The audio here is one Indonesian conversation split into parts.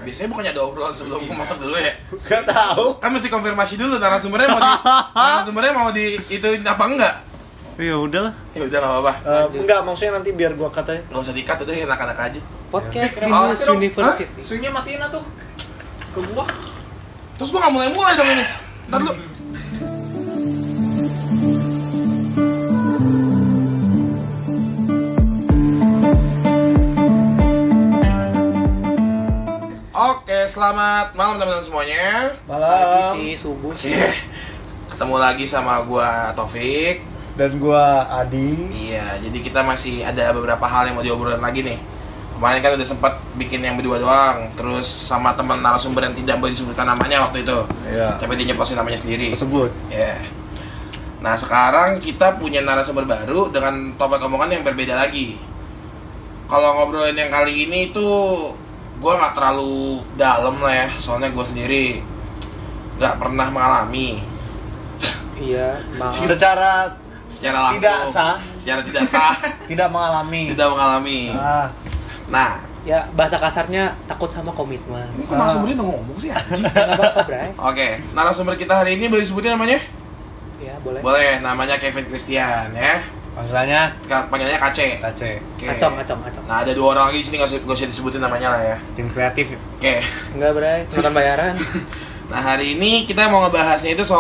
Biasanya bukannya ada obrolan sebelum gue masuk dulu ya? Gak tahu. Kan mesti konfirmasi dulu narasumbernya mau di ituin apa enggak? Ya udahlah. Ya udah enggak apa-apa. Enggak, maksudnya nanti biar gua katanya. Enggak usah di-cut, udah enak-enak aja. Podcast Ya. Binus Oh, University. Swingnya matiin tuh. Ke gua. Terus gua enggak mulai dong ini. Entar dulu. Oke, selamat malam teman-teman semuanya. Malam. Pagi sih, subuh sih. Ketemu lagi sama gua Taufik. Dan gua Adi. Iya, jadi kita masih ada beberapa hal yang mau diobrolin lagi nih. Kemarin kan udah sempat bikin yang berdua doang, terus sama teman narasumber yang tidak boleh disebutkan namanya waktu itu. Iya. Tapi dia nyeplosin namanya sendiri. Tersebut. Ya. Nah, sekarang kita punya narasumber baru dengan topik omongan yang berbeda lagi. Kalau ngobrolin yang kali ini tuh gue nggak terlalu dalam lah ya, soalnya gue sendiri nggak pernah mengalami. Iya, maaf. Secara Secara langsung. Tidak sah. Secara tidak sah. tidak mengalami. Tidak mengalami. Nah, Ya, bahasa kasarnya takut sama komitmen. ini kok narasumbernya udah ngomong sih anjing? Enggak apa-apa, Bray. Oke, narasumber kita hari ini boleh disebutin namanya? Ya, boleh. Boleh, namanya Kevin Christian ya. Panggilannya Panggilnya KC. KC. Oke. Acong. Nah, ada 2 orang lagi di sini, nggak usah disebutin namanya lah ya. Tim kreatif. Oke. Enggak, Bray. Nonton bayaran. Nah, hari ini kita mau ngebahasnya itu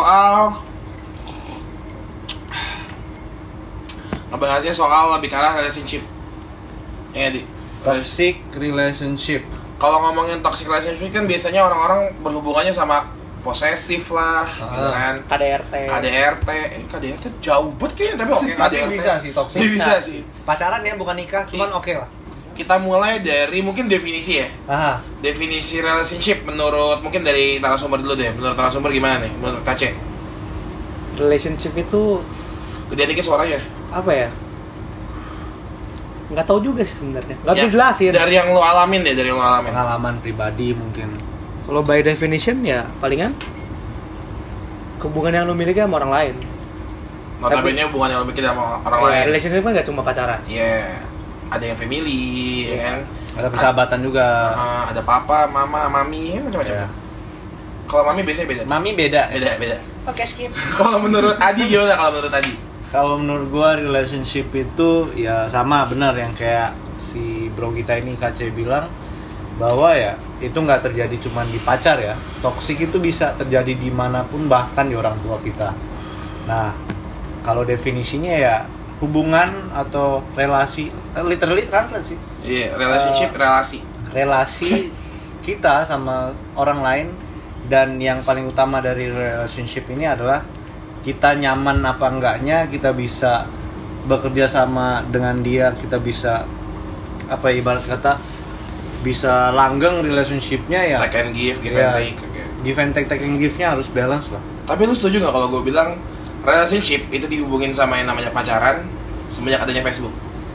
ngebahasnya soal lebih ke arah relationship. Ya, Di. Toxic relationship. Kalau ngomongin toxic relationship kan biasanya orang-orang berhubungannya sama posesif lah, gitu kan. KDRT. KDRT jauh banget kayaknya, tapi oke Tapi KDRT. bisa sih toxic. Bisa sih. Pacaran ya, bukan nikah, cuman oke lah. Kita mulai dari mungkin definisi ya. Aha. Definisi relationship menurut mungkin dari narasumber dulu deh. Menurut narasumber gimana nih? Menurut KC? Relationship itu Gedean dikit suaranya. apa ya? Nggak tahu juga sih sebenarnya. Nggak bisa Ya, jelasin. Dari yang lu alamin deh, dari yang lu alamin. Pengalaman pribadi mungkin. Kalau by definition ya palingan hubungan yang lu miliki sama orang lain. Notabene hubungan yang lu bikin sama orang Ya, lain. relationship kan nggak cuma pacaran. Iya. Ada yang family, ya kan? Ada persahabatan juga. Ada papa, mama, mami, ya, macam-macam. Ya. Kalau mami biasanya beda. Mami beda. Beda. Oke, skip. Kalau menurut Adi gimana kalau menurut Adi? Kalau menurut gua relationship itu ya sama benar yang kayak si bro kita ini KC bilang, bahwa ya itu nggak terjadi cuma di pacar ya. Toksik itu bisa terjadi dimanapun, bahkan di orang tua kita. Nah, kalau definisinya ya hubungan atau relasi, literally translate sih, Iya, relationship, relasi kita sama orang lain. Dan yang paling utama dari relationship ini adalah kita nyaman apa enggaknya, kita bisa bekerja sama dengan dia, kita bisa apa ibarat kata bisa langgeng relationshipnya ya. Take and give, give Ya, and take. Oke. give and take and give-nya harus balance lah. Tapi lu setuju nggak kalau gue bilang relationship itu dihubungin sama yang namanya pacaran semenjak adanya Facebook?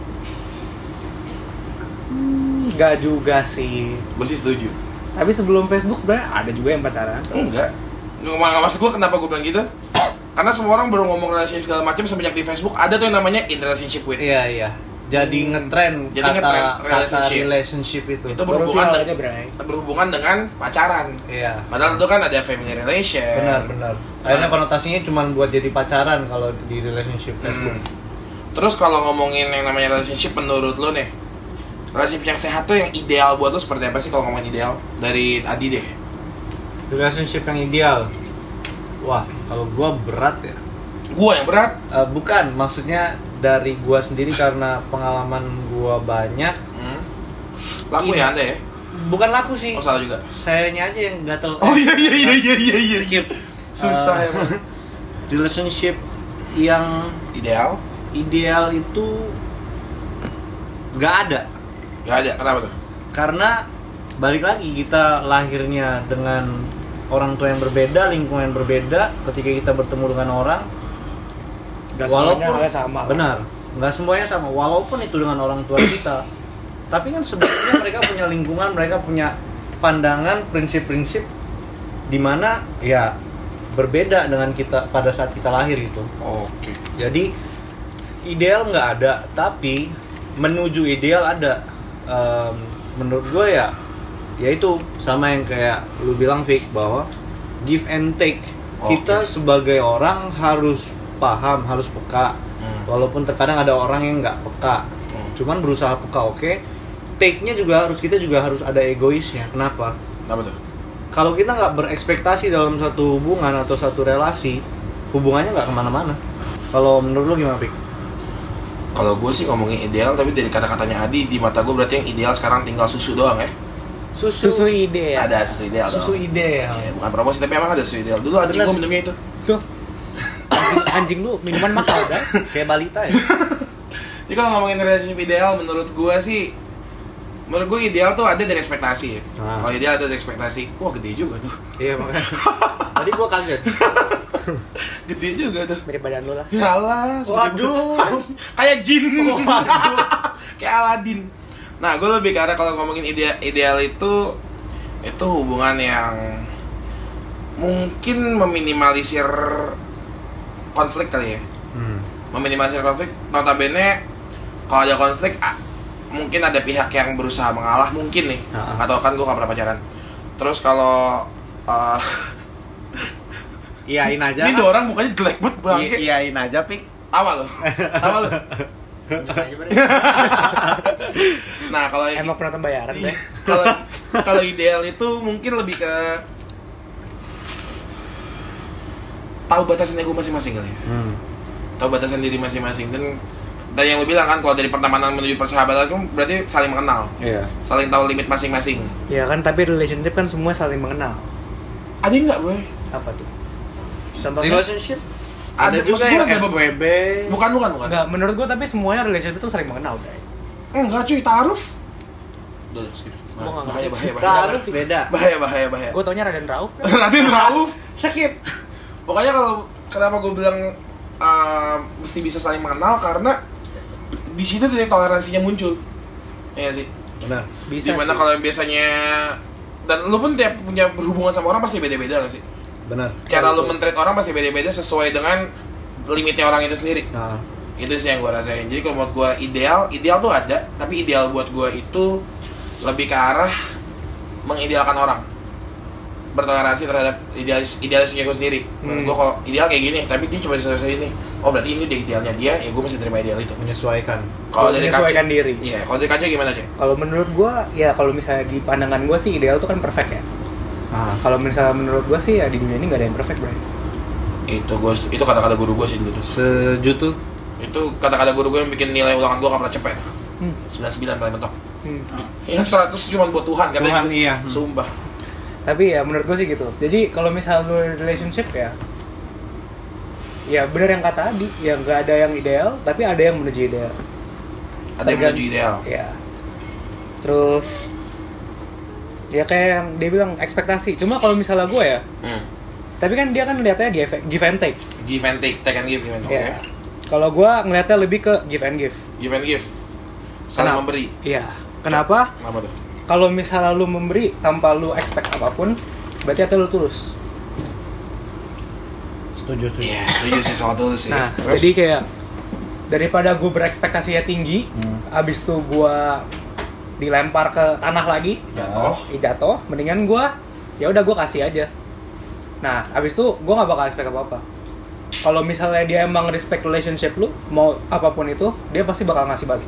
Nggak juga sih. Gue sih setuju. Tapi sebelum Facebook sebenarnya ada juga yang pacaran. Enggak. Nggak maksud gue kenapa gue bilang gitu? Karena semua orang baru ngomong relationship segala macam semenjak di Facebook ada tuh yang namanya in relationship with. Iya. Jadi ngetren Jadi kata ngetren relationship itu. Itu Baru berhubungan viral aja, Bray. berhubungan dengan pacaran. Iya. Padahal itu kan ada family relation. Benar. Akhirnya konotasinya cuma buat jadi pacaran kalau di relationship Facebook. Terus kalau ngomongin yang namanya relationship menurut lo nih, relationship yang sehat tuh yang ideal buat lo seperti apa sih kalau ngomongin ideal? Dari Adi deh. Relationship yang ideal. Wah, kalau gua berat ya. Gua yang berat. Bukan, maksudnya dari gua sendiri karena pengalaman gua banyak. Laku ya Anda ya? Bukan laku sih. Oh salah juga. Sayanya aja yang gatel. Oh iya. Skip. Susah emang. Relationship yang Ideal itu nggak ada. Gak ada, kenapa tuh? Karena balik lagi kita lahirnya dengan orang tua yang berbeda, lingkungan yang berbeda. Ketika kita bertemu dengan orang, Nggak semuanya halnya sama. benar, nggak semuanya sama. Walaupun itu dengan orang tua kita, tapi kan sebenarnya mereka punya lingkungan, mereka punya pandangan, prinsip-prinsip di mana ya berbeda dengan kita pada saat kita lahir itu. Oke. Jadi ideal nggak ada, tapi menuju ideal ada. Menurut gue ya ya itu sama yang kayak lu bilang Vic, bahwa give and take. Kita sebagai orang harus paham, harus peka. Walaupun terkadang ada orang yang nggak peka, cuman berusaha peka, oke. Take-nya juga kita juga harus ada egoisnya. Kenapa? Kenapa tuh? Kalau kita nggak berekspektasi dalam satu hubungan atau satu relasi, hubungannya nggak kemana-mana. Kalau menurut lu gimana, Pik? Kalau gue sih ngomongin ideal, tapi dari kata-katanya Adi, di mata gue berarti yang ideal sekarang tinggal susu doang ya. Susu ide ya. Ada susu ideal Susu dong. ideal. Ya, bukan promosi, tapi emang ada susu ideal. Dulu anjing gue minumnya itu. Tuh. Anjing lu minuman mahal dah. Kayak balita ya. Jadi kalau ngomongin relationship ideal, menurut gue sih, menurut gue ideal tuh ada dari ekspektasi ya. Kalau ideal ada dari ekspektasi, wah gede juga tuh. Iya makanya. Tadi gua kaget. Gede juga tuh. Mirip badan lu lah. Yalah, Waduh. kayak jin. Kayak Aladin. Nah, gue lebih ke arah kalau ngomongin ideal itu hubungan yang mungkin meminimalisir konflik kali ya. Meminimalisir konflik. Notabene kalau ada konflik mungkin ada pihak yang berusaha mengalah mungkin nih. Atau kan gue gak pernah pacaran. Terus kalau Iyain aja. ini dua orang mukanya jelek banget bangke. Iyain aja, Pik. Tawa lo. Nah, kalau Emang pernah bayaran deh. kalau ideal itu mungkin lebih ke tahu batasan ego masing-masing kali ya. Tahu batasan diri masing-masing dan yang lu bilang kan kalau dari pertemanan menuju persahabatan kan berarti saling mengenal. Iya. Saling tahu limit masing-masing. Ya kan, tapi relationship kan semua saling mengenal. Ada enggak, Boy? Apa tuh? Contohnya? Relationship Ada juga maksud gua yang ada FWB. Bukan. Enggak, menurut gua tapi semuanya relationship itu saling mengenal, Bray. Enggak, cuy, taaruf. Udah, skip. Gua nggak Bahaya. Taruh beda. Bahaya. Gua taunya Raden Rauf. Raden Rauf. Skip. Pokoknya kalau kenapa gue bilang mesti bisa saling mengenal karena di situ titik toleransinya muncul. Iya sih. Benar. Bisa. Dimana kalau yang biasanya dan lu pun tiap punya berhubungan sama orang pasti beda-beda gak sih? Benar. Cara lu men-treat orang pasti beda-beda sesuai dengan limitnya orang itu sendiri. Nah, Itu sih yang gue rasain. Jadi kalau menurut gue ideal tuh ada, tapi ideal buat gue itu lebih ke arah mengidealkan orang, bertoleransi terhadap idealisnya gue sendiri. Menurut gue kalau ideal kayak gini, tapi dia cuma selesai ini. Oh berarti ini dia idealnya dia, ya gue mesti terima ideal itu. menyesuaikan. Kalau dari menyesuaikan kaca, diri. iya. Kalau dari kaca gimana Cek? Kalau menurut gua, ya kalau misalnya di pandangan gua sih ideal tuh kan perfect ya. Kalau misalnya menurut gua sih ya di dunia ini nggak ada yang perfect, Bray. Itu kata-kata guru gue sih dulu tuh. Sejutu. Itu kata-kata guru gue yang bikin nilai ulangan gue gak pernah cepet. 99 paling mentok. Yang 100 cuma buat Tuhan katanya. Tuhan, iya. Sumpah. Tapi ya menurut gue sih gitu. Jadi kalau misalnya lu relationship ya benar yang kata Adi, ya nggak ada yang ideal, tapi ada yang menuju ideal. Ada yang menuju ideal. Ya. Terus ya kayak yang dia bilang ekspektasi. Cuma kalau misalnya gue ya, tapi kan dia kan lihatnya di give and take. Give and take and give and take. Ya. Kalau gue ngelihatnya lebih ke give and give. Give and give. Saling memberi. Iya. Kenapa? Kenapa tuh? Kalau misalnya lu memberi tanpa lu expect apapun, berarti hati lu tulus. Setuju. Iya, setuju sih soal itu sih. Nah, Terus? jadi kayak daripada gue berekspektasinya tinggi, abis itu gue dilempar ke tanah lagi, jatuh, mendingan gue ya udah gue kasih aja. Nah, abis itu gue nggak bakal expect apa-apa. Kalau misalnya dia emang respect relationship lu, mau apapun itu, dia pasti bakal ngasih balik.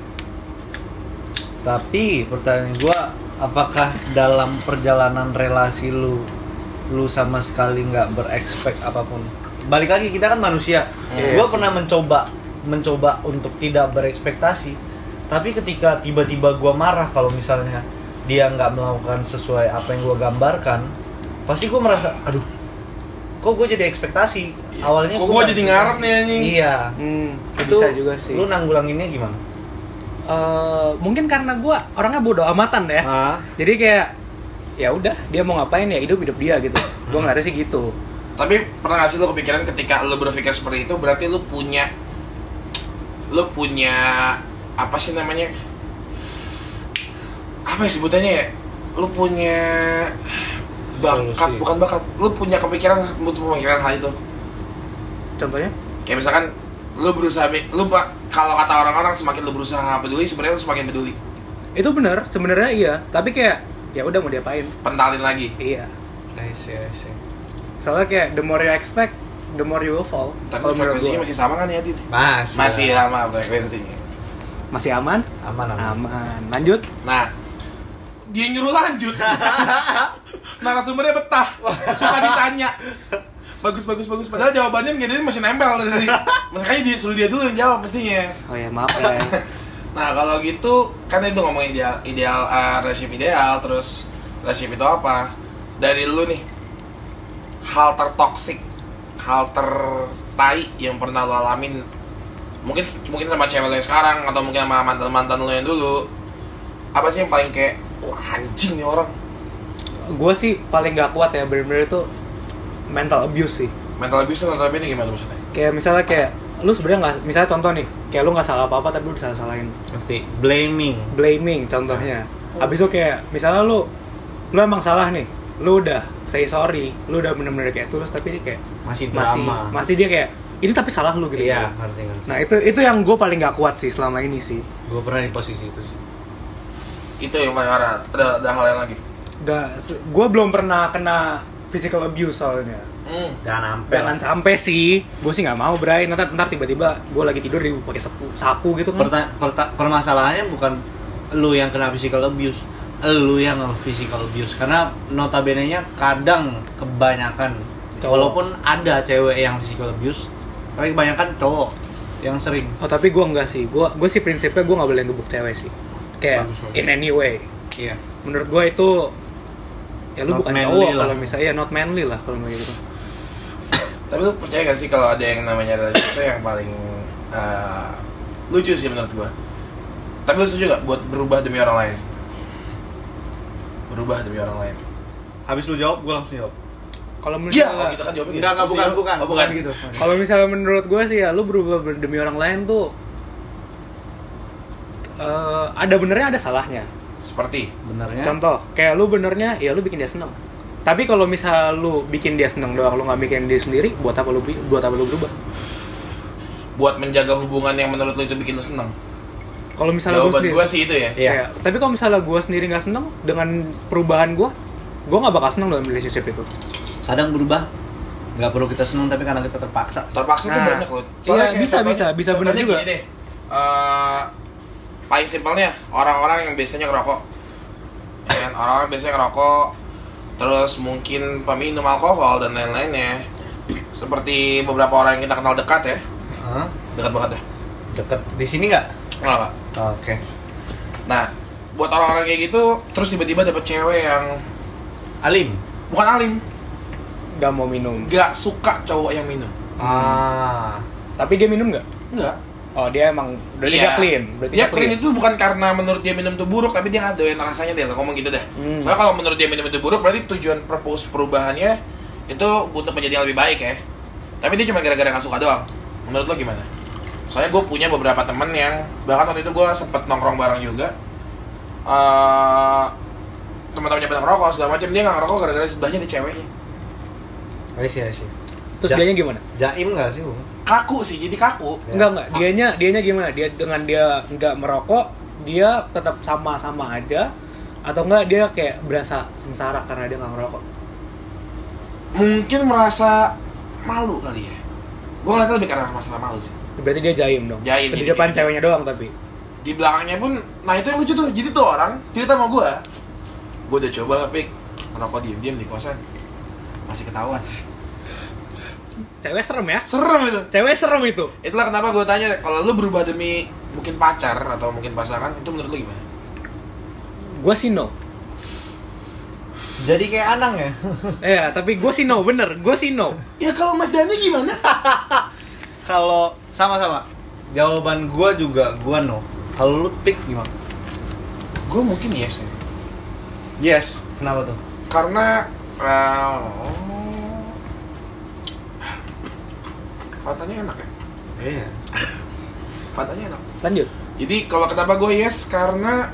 Tapi pertanyaan gue, apakah dalam perjalanan relasi lu sama sekali nggak berekspek apapun? Balik lagi, kita kan manusia. Gue pernah mencoba untuk tidak berekspektasi, tapi ketika tiba-tiba gue marah kalau misalnya dia nggak melakukan sesuai apa yang gue gambarkan, pasti gue merasa, aduh, kok gue jadi ekspektasi. Awalnya kok gue jadi ngarep nih anjing. Iya. Itu Bisa juga sih. lu nanggulanginnya gimana? Mungkin karena gue orangnya bodo amatan ya. Jadi kayak ya udah, dia mau ngapain ya hidup dia gitu. Gue ngeliatnya sih gitu. Tapi pernah gak sih lu kepikiran ketika lu berpikir seperti itu, berarti lu punya apa sih namanya? Apa ya sebutannya ya? Lu punya bakat, bukan bakat. Lu punya kepikiran untuk memikirkan hal itu. Contohnya? Kayak misalkan lu berusaha, kalau kata orang-orang semakin lu berusaha peduli, sebenarnya lu semakin peduli. Itu benar, sebenarnya iya. Tapi kayak ya udah mau diapain. Pentalin lagi. Iya. I see. Soalnya kayak the more you expect, the more you will fall. Tapi Kalau menurut frekuensinya gua. masih sama kan ya, Dit? Masih sama frekuensinya. Masih aman? aman. Lanjut. Nah, dia nyuruh lanjut. Narasumbernya betah, suka ditanya. Bagus. Padahal jawabannya dia masih nempel dari tadi. Makanya suruh dia dulu yang jawab mestinya. Oh ya maaf ya. Nah kalau gitu kan itu ngomongin ideal relationship ideal, terus relationship itu apa? Dari lu nih, hal tertoksik, hal tertai yang pernah lu alamin, mungkin sama cewek lu yang sekarang atau mungkin sama mantan lu yang dulu, apa sih yang paling kayak wah anjing nih orang? Gue sih paling gak kuat ya bener-bener itu mental abuse sih. Mental abuse tuh ini gimana maksudnya? Kayak misalnya kayak lu sebenarnya nggak, misalnya contoh nih, kayak lu nggak salah apa-apa tapi lu disalah-salahin. Ngerti. Blaming Contohnya. Habis itu kayak misalnya lu emang salah nih, lu udah say sorry, lu udah bener-bener kayak tulus, tapi dia kayak masih dia kayak ini tapi salah lu gitu. Iya, ngerti. Nah itu yang gue paling gak kuat sih selama ini sih. Gue pernah di posisi itu sih. Itu yang paling parah. Ada hal yang lagi? Gue belum pernah kena physical abuse soalnya. Jangan sampai sih. Gue sih nggak mau, Bray. Ntar tiba-tiba gue lagi tidur pakai sapu gitu kan. Permasalahannya bukan lu yang kena physical abuse, lu yang physical abuse. Karena notabene-nya kadang kebanyakan cowok. Walaupun ada cewek yang physical abuse, tapi kebanyakan cowok yang sering. Oh tapi gue enggak sih. Gue sih prinsipnya gue nggak boleh gebuk cewek sih. Kayak Bagus. in any way. Iya. Menurut gue itu ya lu Not bukan manly cowok lah. kalau misalnya not manly lah kalau kayak gitu. Tapi lu percaya gak sih kalau ada yang namanya relationship itu yang paling lucu sih menurut gua. Tapi lu setuju gak buat berubah demi orang lain? Berubah demi orang lain. Habis lu jawab, gue langsung jawab. Kalau menurut Iya, gua, kita kan jawabnya Enggak, bukan. Oh, bukan gitu. kalau misalnya menurut gue sih ya lu berubah demi orang lain tuh ada benernya ada salahnya. Seperti Benernya. Contoh, kayak lu benernya ya lu bikin dia seneng. Tapi kalau misal lu bikin dia seneng doang, lu nggak bikin dia sendiri, buat apa lu berubah? buat menjaga hubungan yang menurut lu itu bikin lu seneng. Kalau misalnya Jawaban gua sih itu ya. Iya. Ya, tapi kalau misalnya gue sendiri nggak seneng dengan perubahan gue nggak bakal seneng dalam relationship itu. Kadang berubah, nggak perlu kita senang tapi karena kita terpaksa. Terpaksa tuh Nah, banyak loh. iya, Kayak bisa bener contohnya juga. Gini deh. Paling simpelnya orang-orang yang biasanya ngerokok. Ya kan? Orang-orang biasanya ngerokok, terus mungkin peminum alkohol dan lain-lainnya. Seperti beberapa orang yang kita kenal dekat ya. Dekat banget ya. Deket di sini nggak? Kenal gak? Oke. Nah, buat orang-orang kayak gitu, terus tiba-tiba dapet cewek yang Alim. bukan alim, Gak mau minum. gak suka cowok yang minum. Tapi dia minum nggak? Enggak. Oh dia emang berarti dia clean. Berarti Dia clean itu bukan karena menurut dia minum itu buruk, tapi dia nggak doyan rasanya dia ngomong gitu deh. Soalnya kalau menurut dia minum itu buruk, berarti tujuan purpose perubahannya itu untuk menjadi yang lebih baik ya. Tapi dia cuma gara-gara nggak suka doang. Menurut lo gimana? Soalnya gue punya beberapa temen yang bahkan waktu itu gue sempet nongkrong bareng juga. Teman-temannya pada ngerokok segala macam, dia nggak ngerokok gara-gara sebelahnya ada ceweknya. Asyik. Terus dianya gimana? Jaim nggak sih, Bung? Kaku sih, jadi kaku. Ya. Enggak. Dianya gimana? Dia dengan dia nggak merokok, dia tetap sama-sama aja, atau enggak dia kayak berasa sengsara karena dia nggak ngerokok? Mungkin merasa malu kali ya. Gue ngeliatnya lebih karena masalah malu sih. Berarti dia jaim dong. Jaim, Di jadi depan kayak- ceweknya doang tapi. Di belakangnya pun, nah itu yang lucu tuh. Jadi tuh orang cerita sama gue udah coba Pik ngerokok diem-diem di kosan, masih ketahuan. Cewek serem ya? Serem itu. Cewek serem itu. Itulah kenapa gue tanya, kalau lu berubah demi mungkin pacar atau mungkin pasangan, itu menurut lu gimana? Gue sih no. Jadi kayak Anang ya? Ya, tapi gue sih no, bener. Gue sih no. Ya kalau Mas Dani gimana? Kalau sama-sama, jawaban gua juga gua no. Kalau lu pick gimana? Gue mungkin yes ya. Yes. Kenapa tuh? Karena Fatanya enak ya? Iya. Fatanya enak. Lanjut. Jadi kalau kenapa gue yes, karena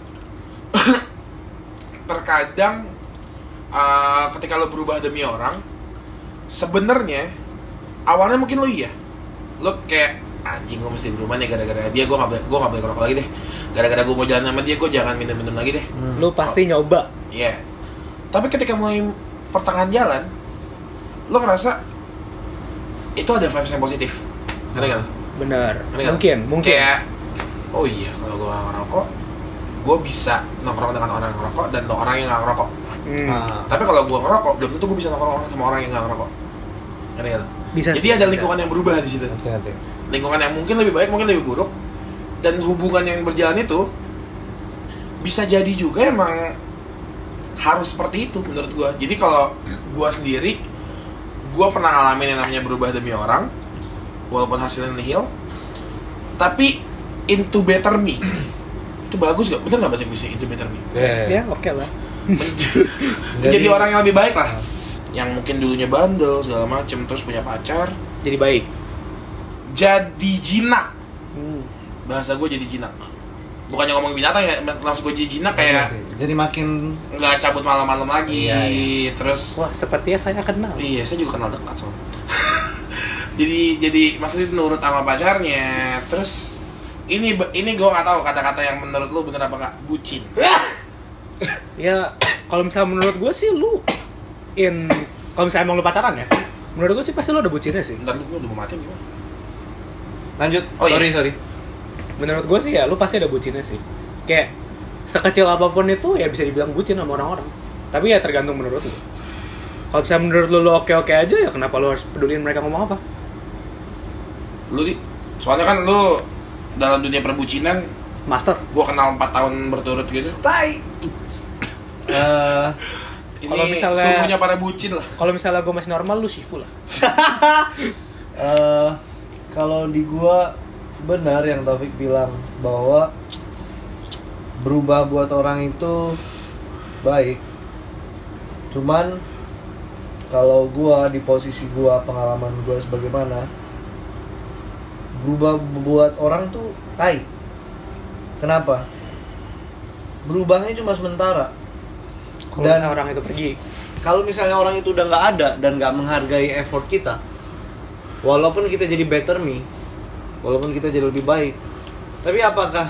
terkadang ketika lo berubah demi orang, sebenarnya awalnya mungkin lo iya, lo kayak anjing gue mesti berubah nih gara-gara dia, gue nggak boleh ngerokok lagi deh, gara-gara gue mau jalan sama dia gue jangan minum lagi deh. Lu pasti nyoba. Iya. Tapi ketika mulai pertengahan jalan, lo ngerasa itu ada vibes yang positif. Ngerti nggak? Bener. Ngerti nggak? Mungkin. Kayak, oh iya kalau gue nggak ngerokok, gue bisa nongkrong dengan orang yang ngerokok dan orang yang nggak ngerokok. Tapi kalau gue ngerokok, belum tentu gue bisa nongkrong sama orang yang nggak ngerokok. Ngerti nggak? Bisa. Jadi ada lingkungan yang berubah di situ. Ngerti. Lingkungan yang mungkin lebih baik, mungkin lebih buruk, dan hubungan yang berjalan itu bisa jadi juga emang harus seperti itu menurut gue. Jadi kalau gue sendiri, gue pernah ngalamin yang namanya berubah demi orang, walaupun hasilnya nihil, tapi into better me. Itu bagus gak? Bener gak bahasa Inggrisnya into better me? Ya, oke lah. Menjadi orang yang lebih baik lah. Yang mungkin dulunya bandel segala macem, terus punya pacar, Jadi baik. jadi jinak. Bahasa gue jadi jinak. Bukannya ngomong binatang ya, maksud gue jadi jinak kayak jadi makin nggak cabut malam-malam lagi. Iya. Terus Wah, sepertinya saya kenal. iya, saya juga kenal dekat soalnya. jadi maksudnya nurut sama pacarnya. Terus ini gue nggak tahu kata-kata yang menurut lu bener apa nggak, bucin. Ya, kalau misalnya menurut gue sih lu kalau misalnya emang lu pacaran ya, menurut gue sih pasti lu ada bucinnya sih. Bentar, lu udah mau mati gimana? lanjut. Oh, iya. Sorry. Menurut gue sih ya lu pasti ada bucinnya sih. Kayak sekecil apapun itu ya bisa dibilang bucin sama orang-orang. Tapi ya tergantung menurut lu. Kalau misalnya menurut lu oke-oke aja, ya kenapa lu harus peduliin mereka ngomong apa? Lu soalnya kan lu dalam dunia perbucinan, Master. gue kenal 4 tahun berturut gitu. Tai. Ini Kalau misalnya- sungguhnya para bucin lah. Kalau misalnya gue masih normal, lu Shifu lah. Kalau di gua benar yang Taufik bilang bahwa berubah buat orang itu baik. Cuman kalau gua di posisi gua, pengalaman gua sebagaimana, berubah buat orang tuh tai. Kenapa? Berubahnya cuma sementara. Kalau Dan- misalnya orang itu pergi, Kalau misalnya orang itu udah nggak ada dan nggak menghargai effort kita, walaupun kita jadi better me, walaupun kita jadi lebih baik, tapi apakah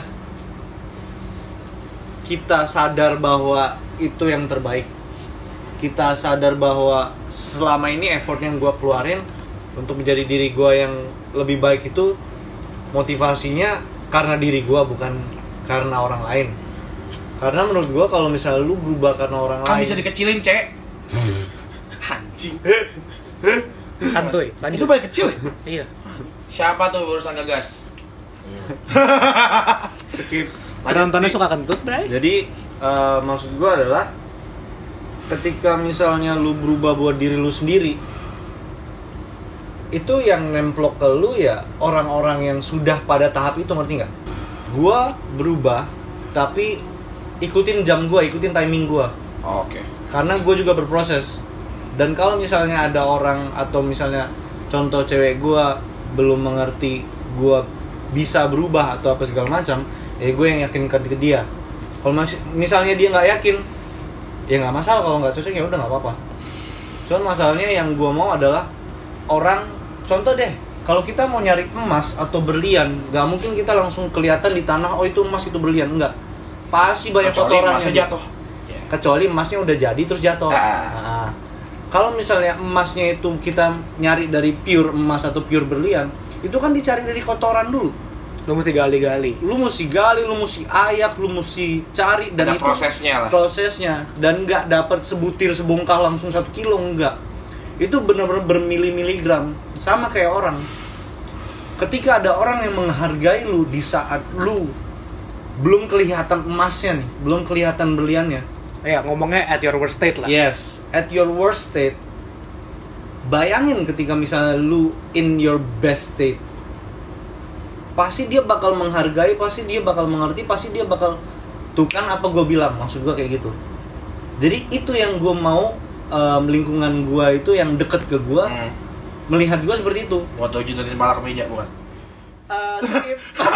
kita sadar bahwa itu yang terbaik? Kita sadar bahwa selama ini effort yang gue keluarin untuk menjadi diri gue yang lebih baik itu motivasinya karena diri gue, bukan karena orang lain. Karena menurut gue kalau misalnya lu berubah karena orang Kan lain, bisa dikecilin, Cek. Anjing. santuy. Itu Lanjut. baik kecil ya? Iya. Siapa tuh urusan ngegas? skip. Penontonnya suka kentut, Bray. Jadi maksud gue adalah ketika misalnya lu berubah buat diri lu sendiri, itu yang nemplok ke lu ya orang-orang yang sudah pada tahap itu, ngerti nggak? Gue berubah tapi ikutin jam gue, ikutin timing gue, Oke. karena gue juga berproses. Dan kalau misalnya ada orang atau misalnya contoh cewek gue belum mengerti gue bisa berubah atau apa segala macam, ya gue yang yakinkan ke dia. Kalau misalnya dia nggak yakin, ya nggak masalah. Kalau nggak cocok ya udah nggak apa-apa. Soalnya masalahnya yang gue mau adalah orang, contoh deh, kalau kita mau nyari emas atau berlian, nggak mungkin kita langsung kelihatan di tanah, oh itu emas itu berlian, enggak. Pasti banyak Kecuali kotoran emasnya yang- jatuh. kecuali emasnya udah jadi terus jatuh. Nah, kalau misalnya emasnya itu kita nyari dari pure emas atau pure berlian, itu kan dicari dari kotoran dulu. Lu mesti gali-gali. Lu mesti gali, lu mesti ayak, lu mesti cari, dan Ada itu prosesnya lah. prosesnya. Dan nggak dapat sebutir sebongkah langsung 1 kilo, enggak. Itu benar-benar bermili-miligram, sama kayak orang. Ketika ada orang yang menghargai lu di saat lu belum kelihatan emasnya nih, belum kelihatan berliannya. Ya, ngomongnya at your worst state lah. Yes, at your worst state. Bayangin ketika misalnya lu in your best state. Pasti dia bakal menghargai, pasti dia bakal mengerti, pasti dia bakal, tuh kan apa gue bilang, maksud gue kayak gitu. Jadi itu yang gue mau, lingkungan gue itu yang deket ke gue, melihat gue seperti itu. Foto jutaan malah ke meja bukan? Skip.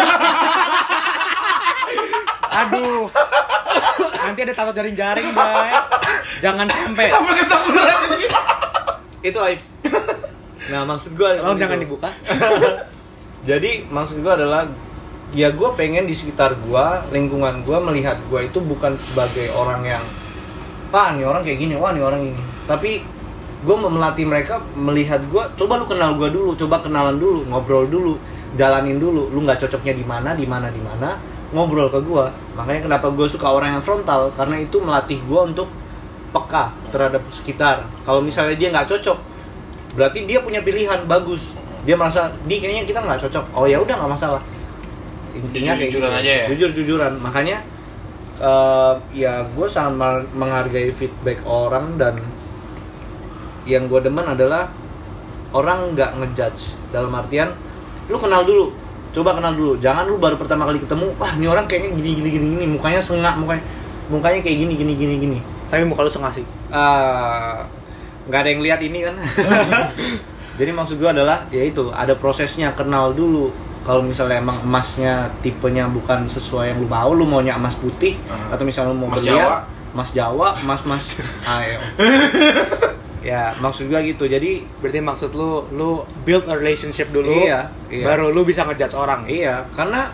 Aduh. Nanti ada tato jaring-jaring, Bray. Jangan sampai. Apa kesakuran ini? Itu aib. Nah maksud gue, Tolong jangan dibuka. Jadi maksud gue adalah, ya gue pengen di sekitar gue, lingkungan gue, melihat gue itu bukan sebagai orang yang wah nih orang kayak gini, wah nih orang ini. Tapi gue melatih mereka melihat gue, coba lu kenal gue dulu, coba kenalan dulu, ngobrol dulu, jalanin dulu. Lu nggak cocoknya di mana, ngobrol ke gue. Makanya kenapa gue suka orang yang frontal, karena itu melatih gue untuk peka terhadap sekitar. Kalau misalnya dia nggak cocok, berarti dia punya pilihan bagus. Dia merasa di kayaknya kita nggak cocok. Oh ya udah nggak masalah. Intinya kayak Jujur-jujuran gitu. aja ya? Jujur-jujuran. Makanya ya gue sangat menghargai feedback orang, dan yang gue demen adalah orang nggak ngejudge. Dalam artian lu kenal dulu, coba kenal dulu. Jangan lu baru pertama kali ketemu, wah ini orang kayaknya gini, mukanya sengak, mukanya kayak gini. Tapi muka lu sengah sih. Nggak ada yang lihat ini kan. Jadi maksud gue adalah ya itu, ada prosesnya, kenal dulu. Kalau misalnya emang emasnya tipenya bukan sesuai yang lu mau, lu maunya emas putih, atau misalnya lu mau berlian, emas Jawa, emas ayo. Ya maksud gue gitu. Jadi Berarti maksud lu build a relationship dulu, iya. baru lu bisa ngejudge orang. Iya, karena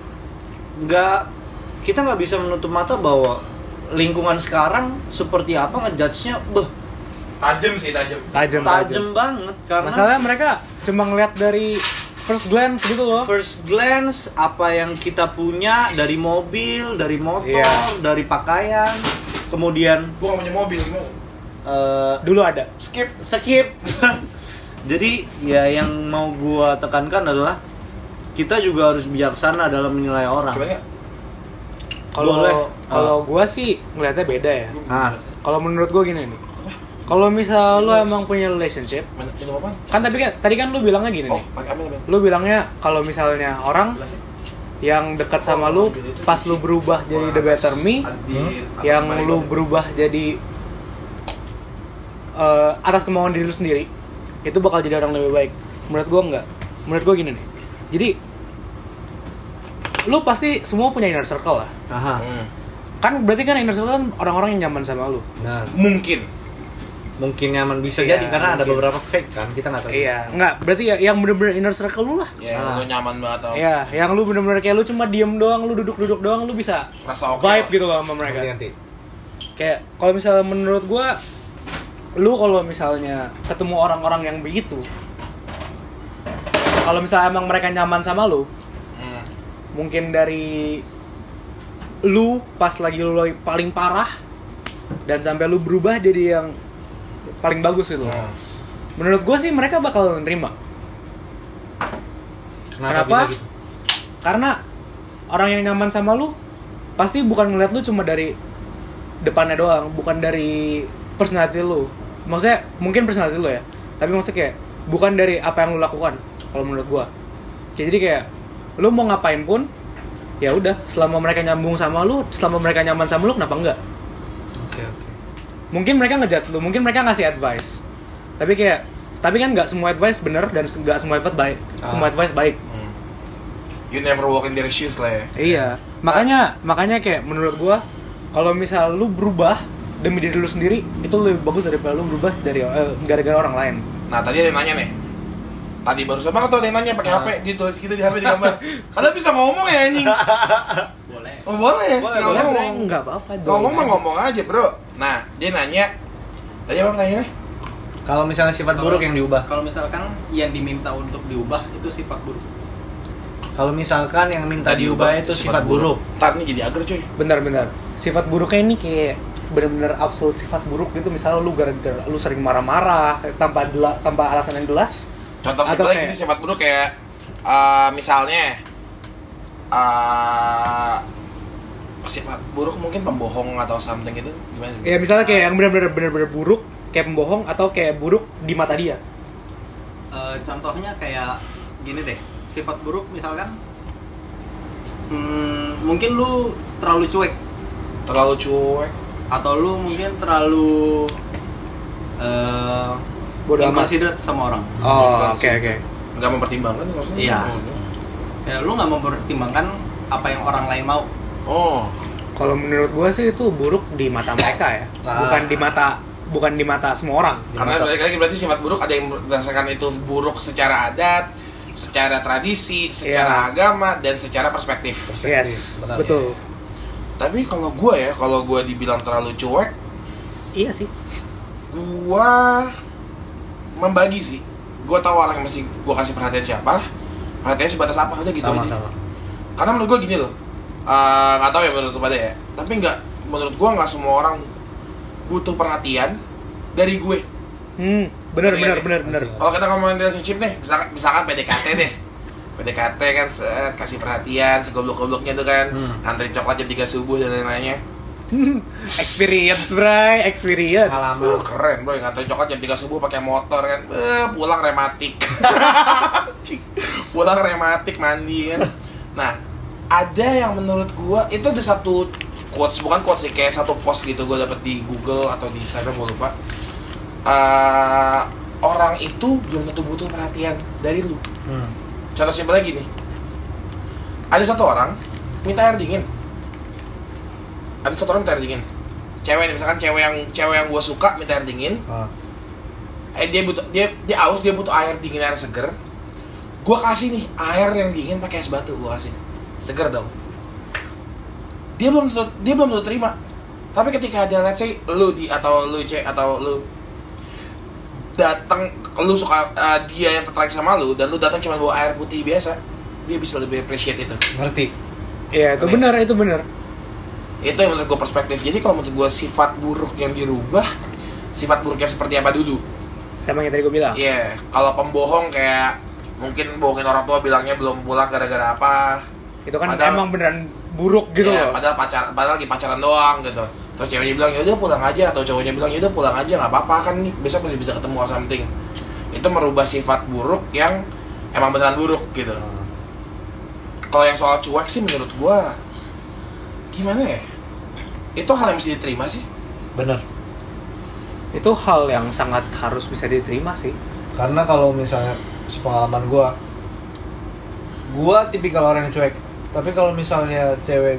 kita nggak bisa menutup mata bahwa lingkungan sekarang seperti apa ngejudge-nya, tajam banget. Karena Masalahnya mereka cuma ngeliat dari first glance gitu loh. first glance apa yang kita punya dari mobil, dari motor, Iya. dari pakaian, kemudian Gua gak punya mobil gimana? Dulu ada. Skip. Jadi ya yang mau gua tekankan adalah kita juga harus bijaksana dalam menilai orang. Coba nggak? Boleh. Kalau gua sih ngeliatnya beda ya. Nah, Kalau menurut gua gini nih. Kalau misal lu emang punya relationship, Minum apaan? kan tadi kan lu bilangnya gini Oh, nih. pakai ambil. Lu bilangnya kalau misalnya orang yang dekat sama lu pas lu berubah jadi the better me, yang lu berubah jadi atas kemauan diri lu sendiri, itu bakal jadi orang lebih baik. Menurut gua enggak. Menurut gua gini nih. Jadi lu pasti semua punya inner circle lah. aha. Kan berarti kan inner circle kan orang-orang yang nyaman sama lu. Nah, Mungkin nyaman bisa Iya, jadi karena ada mungkin. beberapa fake kan, kita nggak tahu. Iya, enggak. Berarti ya yang bener-bener inner circle lu lah. ya lu nyaman banget tau. Iya, yang lu bener-bener kayak lu cuma diem doang, lu duduk-duduk doang, lu bisa Rasa oke vibe lah. gitu loh sama mereka. Nanti. Kayak kalau misalnya menurut gua, lu kalau misalnya ketemu orang-orang yang begitu, kalau misalnya emang mereka nyaman sama lu, mungkin dari lu pas lagi lu paling parah dan sampai lu berubah jadi yang paling bagus gitu. Menurut gue sih mereka bakal nerima. Kenapa? bisa gitu? Karena orang yang nyaman sama lu pasti bukan ngeliat lu cuma dari depannya doang, bukan dari personality lu. Maksudnya mungkin personality lu ya, tapi maksudnya kayak bukan dari apa yang lu lakukan. Kalau menurut gue, kayak jadi kayak lu mau ngapain pun, ya udah. Selama mereka nyambung sama lu, selama mereka nyaman sama lu, kenapa enggak? Oke. Mungkin mereka ngejat lu, mungkin mereka ngasih advice. Tapi kan nggak semua advice bener dan nggak semua advice baik. Semua advice baik. You never walk in their shoes lah ya. Iya. Makanya kayak menurut gua kalau misal lu berubah demi diri lu sendiri, itu lebih bagus daripada lu berubah dari gara-gara orang lain. Nah tadi ada yang nanya nih. Tadi barusan banget tuh ada yang nanya pakai HP, ditulis gitu di HP di gambar. Kalian bisa ngomong ya anjing? Boleh. Oh boleh ya? Boleh, Nggak boleh. ngomong. Enggak apa-apa. Ngomong mah ngomong aja bro. Nah dia nanya. Tadi apa pertanyaannya? Kalau misalnya sifat buruk yang diubah. Kalau misalkan yang diminta untuk diubah itu sifat buruk. Kalau misalkan yang minta diubah itu sifat buruk. Ntar nih jadi agar cuy. Benar-benar. Sifat buruknya ini kayak benar-benar absolut sifat buruk gitu. Misalnya lu gara-gara lu sering marah-marah tanpa alasan yang jelas. Contoh Atau simpelnya kayak- gini sifat buruk kayak misalnya sifat buruk mungkin pembohong atau something gitu gimana? Ya misalnya kayak yang benar-benar buruk, kayak pembohong atau kayak buruk di mata dia. Contohnya kayak gini deh, sifat buruk misalkan mungkin lu terlalu cuek Terlalu cuek. atau lu mungkin terlalu Bodoh amat. inconsiderate sama orang. Oh, oke. Nggak mempertimbangkan maksudnya? Iya. Ya, lu nggak mempertimbangkan apa yang orang lain mau. Oh. Kalau menurut gua sih itu buruk di mata mereka ya. Bukan di mata semua orang. Karena balik lagi berarti sifat buruk ada yang berdasarkan itu buruk secara adat, secara tradisi, secara agama dan secara perspektif. Yes, Benar. betul. Tapi kalau gue dibilang terlalu cuek, Iya sih. Gua membagi sih. Gua tahu orang yang mesti gua kasih perhatian siapa. Perhatiannya sebatas apa udah gitu aja. Sama-sama. Karena menurut gua gini loh. Nggak tahu ya menurut lu pada ya. Tapi menurut gua nggak semua orang butuh perhatian dari gue. Bener. Kalau kita ngomongin relationship nih, misalkan PDKT deh. PDKT kan kasih perhatian, segoblok-gobloknya tuh kan, antri coklat jam 3 subuh dan lain-lainnya. Experience, bray, experience. Keren bro, ngantri coklat jam 3 subuh pakai motor kan, pulang rematik. Pulang rematik mandi kan. Nah, ada yang menurut gua itu ada satu quotes, bukan quotes sih, kayak satu post gitu gua dapet di Google atau di Instagram gua lupa. Orang itu belum tentu butuh perhatian dari lu. Contoh simpel lagi nih, ada satu orang minta air dingin. Cewek nih, misalkan cewek yang gue suka minta air dingin. Dia aus, dia butuh air dingin, air seger. Gue kasih nih air yang dingin pakai es batu, gue kasih seger dong. Dia belum tentu terima. Tapi ketika ada, let's say lu datang, lu suka dia yang tertarik sama lu dan lu datang cuma bawa air putih biasa, dia bisa lebih appreciate itu. Ngerti? Iya, itu benar. Itu yang menurut gue perspektif. Jadi kalau menurut gue sifat buruk yang dirubah, sifat buruknya seperti apa dulu? Sama yang tadi gue bilang. Iya, kalau pembohong kayak mungkin bohongin orang tua bilangnya belum pulang gara-gara apa. Itu kan emang beneran buruk gitu loh. Padahal lagi pacaran doang gitu. Terus ceweknya bilang ya udah pulang aja, atau cowoknya bilang ya udah pulang aja, nggak apa-apa kan nih besok masih bisa ketemu or something. Itu merubah sifat buruk yang emang beneran buruk gitu. Kalau yang soal cuek sih menurut gua gimana ya? Itu hal yang mesti diterima sih. Bener. Itu hal yang sangat harus bisa diterima sih. Karena kalau misalnya sepengalaman gua tipikal orang yang cuek. Tapi kalau misalnya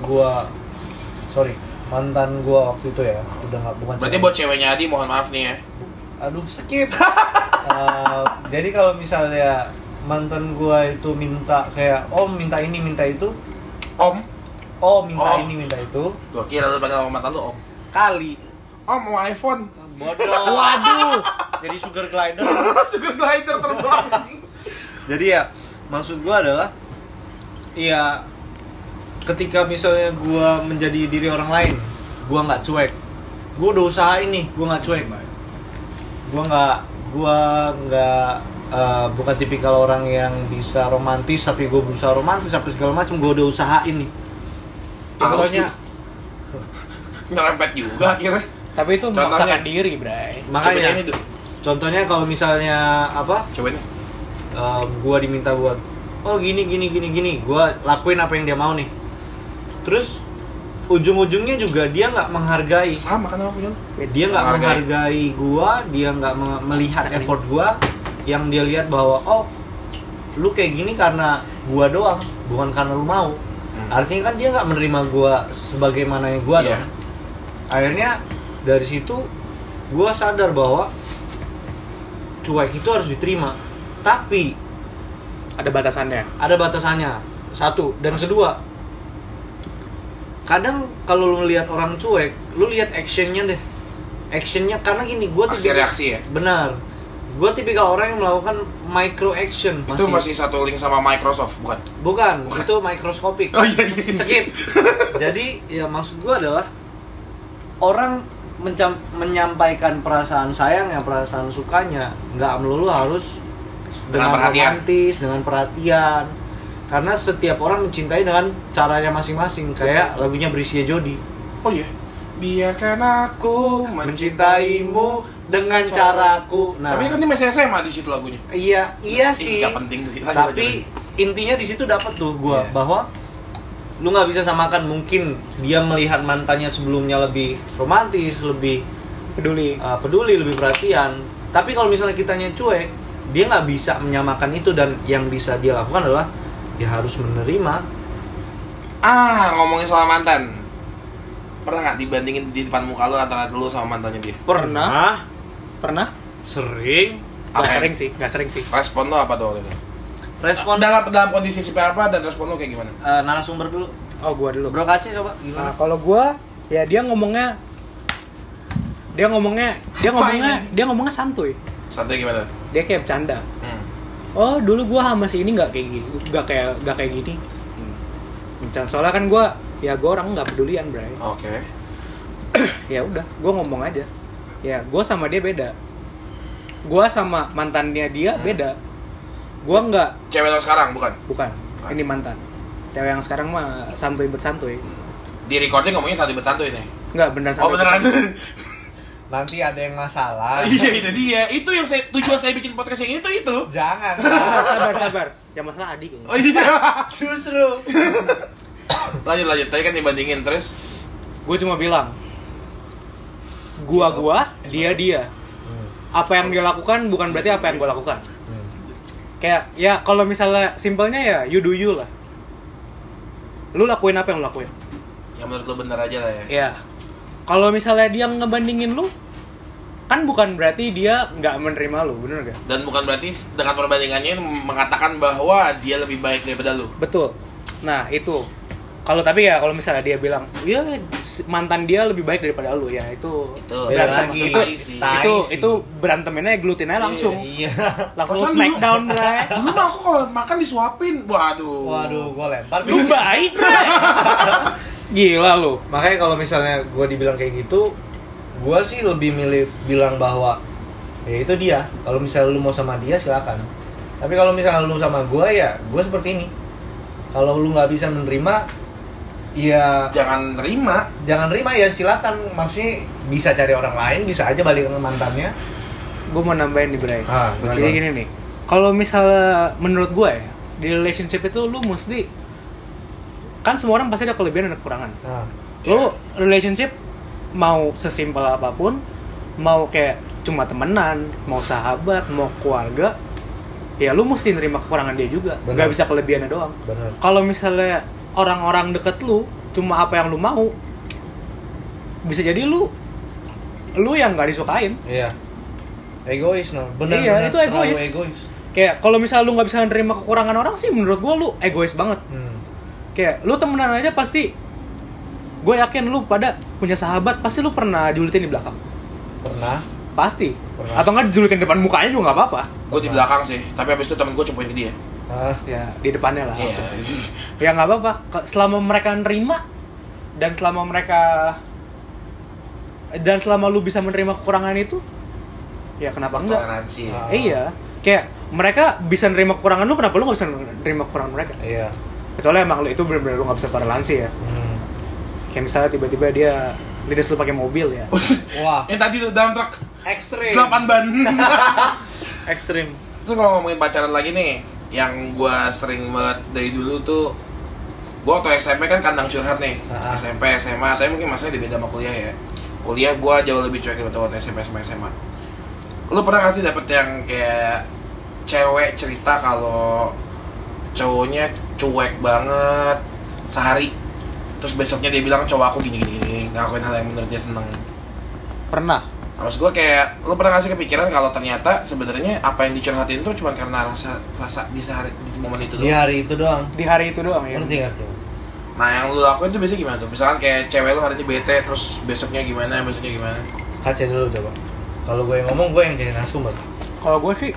mantan gua waktu itu ya, udah nggak, bukan. Berarti buat ceweknya Adi mohon maaf nih ya. Aduh, skip. Jadi kalau misalnya mantan gua itu minta kayak minta ini minta itu, ini minta itu. Gua kira lu panggil sama mantan lu Om. Kali. Mau iPhone. Bodoh. Waduh. Jadi sugar glider. Sugar glider terbang. Jadi ya, maksud gua adalah ketika misalnya gue menjadi diri orang lain, gue nggak cuek, gue udah usaha ini, gue nggak cuek, gue nggak bukan tipikal orang yang bisa romantis tapi gue berusaha romantis sampai segala macam, gue udah usaha ini. Contohnya nyerempet juga akhirnya. Tapi itu memaksakan diri, Bray. Makanya ini contohnya kalau misalnya coba nih, gue diminta buat gini, gue lakuin apa yang dia mau nih. Terus ujung-ujungnya juga dia nggak menghargai. Sama kan apa punya? Dia nggak menghargai gua, dia nggak melihat effort gua. Yang dia lihat bahwa lu kayak gini karena gua doang, bukan karena lu mau. Artinya kan dia nggak menerima gua sebagaimana yang gua dong. Akhirnya dari situ gua sadar bahwa cuek itu harus diterima, tapi ada batasannya. Satu dan kedua, kadang kalau lu ngelihat orang cuek, lu lihat actionnya karena gini, gue reaksi ya. Benar, gue tipikal orang yang melakukan micro action. Itu masih satu link sama Microsoft bukan. Itu mikroskopik. Iya. Skip. Jadi ya maksud gue adalah orang menyampaikan perasaan sayangnya, perasaan sukanya, nggak melulu harus dengan romantis, dengan perhatian. Karena setiap orang mencintai dengan caranya masing-masing. Kayak lagunya Brisia Jodi. Oh iya. Biarkan aku mencintaimu dengan caraku. Nah, tapi kan ini masih SMA di situ lagunya. Iya sih. Gak penting sih. Tapi intinya di situ dapat tuh gua bahwa lu nggak bisa samakan. Mungkin dia melihat mantannya sebelumnya lebih romantis, lebih peduli, lebih perhatian. Tapi kalau misalnya kitanya cuek, dia nggak bisa menyamakan itu, dan yang bisa dia lakukan adalah dia harus menerima. Ngomongin soal mantan, pernah nggak dibandingin di depan muka lu antara lu sama mantannya dia? Pernah. Sering. Gak sering sih. Respon lu apa tuh? Respon dalam kondisi seperti apa dan respon lu kayak gimana? Narasumber dulu. Gua dulu. Bro Kace coba gimana? Kalau gua ya dia ngomongnya Dia ngomongnya santuy. Santai gimana? Dia kayak bercanda. Oh, dulu gua sama si ini nggak kayak gini, nggak kayak gini. Soalnya kan gua orang nggak pedulian, Bray. Oke. Ya udah, gua ngomong aja. Ya, gua sama dia beda. Gua sama mantannya dia beda. Gua nggak. Cewek lo sekarang bukan? Bukan. Ini mantan. Cewek yang sekarang mah santuy bersantuy. Di recording ngomongnya santuy bersantuy nih. Enggak, beneran santuy. Oh beneran. Nanti ada yang masalah. Iya itu dia. Itu yang tujuan saya bikin podcast yang ini tuh itu. Jangan. Sabar. Yang masalah adik kayaknya. Oh iya. Justru. Lanjut. Tadi kan dibandingin terus. Gue cuma bilang, gua, dia. Apa yang dia lakukan bukan berarti apa yang gue lakukan. Kayak ya kalau misalnya simpelnya ya you do you lah. Lu lakuin apa yang lu lakuin. Yang menurut lu bener aja lah ya. Iya. Kalau misalnya dia ngebandingin lu, kan bukan berarti dia nggak menerima lu, bener gak? Dan bukan berarti dengan perbandingannya mengatakan bahwa dia lebih baik daripada lu. Betul. Nah itu. Kalau misalnya dia bilang, ya mantan dia lebih baik daripada lu, ya itu berantem lagi. Itu beranteminnya glutin aja langsung. Iya. Langsung smackdown, Bray. Dulu mah aku kalau makan disuapin. Waduh, gua lempar. Lu baik, Bray. Gila lu. Makanya kalau misalnya gue dibilang kayak gitu, gue sih lebih milih bilang bahwa ya itu dia. Kalau misalnya lu mau sama dia silakan. Tapi kalau misalnya lu sama gue ya gue seperti ini. Kalau lu nggak bisa menerima, ya jangan terima ya silakan. Maksudnya bisa cari orang lain, bisa aja balik ke mantannya. Gue mau nambahin nih, Bray. Jadi gimana? gini nih. Kalau misalnya menurut gue ya, di relationship itu lu mesti, kan semua orang pasti ada kelebihan dan kekurangan. Lu relationship mau sesimpel apapun, mau kayak cuma temenan, mau sahabat, mau keluarga, ya lu mesti nerima kekurangan dia juga. Bener. Gak bisa kelebihannya doang. Kalau misalnya orang-orang deket lu cuma apa yang lu mau, bisa jadi lu yang gak disukain. Iya. Egois no. Bener. Iya, itu egois. Kayak kalau misalnya lu gak bisa nerima kekurangan orang sih, menurut gua lu egois banget. Kayak lu temenan aja pasti, gue yakin lu pada punya sahabat pasti lu pernah julitin di belakang. Pernah. Pasti. Atau nggak julitin depan mukanya juga nggak apa-apa. Gue di belakang sih, tapi abis itu temen gue cupuin ke dia. Ya di depannya lah. Iya. Ya nggak apa-apa. Selama mereka nerima dan selama lu bisa menerima kekurangan itu, ya kenapa enggak? Toleransi. Iya. Kayak mereka bisa nerima kekurangan lu, kenapa lu nggak bisa nerima kekurangan mereka? Iya. Kecuali emang lu itu benar-benar lu nggak bisa toleransi ya. Kayak misalnya tiba-tiba dia lides lu pakai mobil ya. Wah. Yang tadi tuh dalam truk Ekstrim. 8 ban. Ekstrim. Terus kalau ngomongin pacaran lagi nih, yang gue sering banget dari dulu tuh, gue waktu SMP kan kandang curhat nih. SMP, SMA, tapi mungkin masanya beda sama kuliah ya. Kuliah gue jauh lebih cuek daripada waktu SMP sama SMA. Lu pernah gak sih dapet yang kayak cewek cerita kalau cowoknya cuek banget sehari, terus besoknya dia bilang cowok aku gini ngakuin hal yang menurut dia seneng? Pernah. Maksud gue kayak, lu pernah gak sih kepikiran kalau ternyata sebenarnya apa yang dicerhatin tuh cuma karena rasa di momen itu doang? Di hari itu doang ya. Ngerti. Nah yang lu lakuin tuh biasanya gimana tuh? Misalkan kayak cewek lu hari ini bete, terus besoknya gimana? Kaca dulu coba. Kalau gue yang ngomong, gue yang jadi narasumber. Kalau gue sih,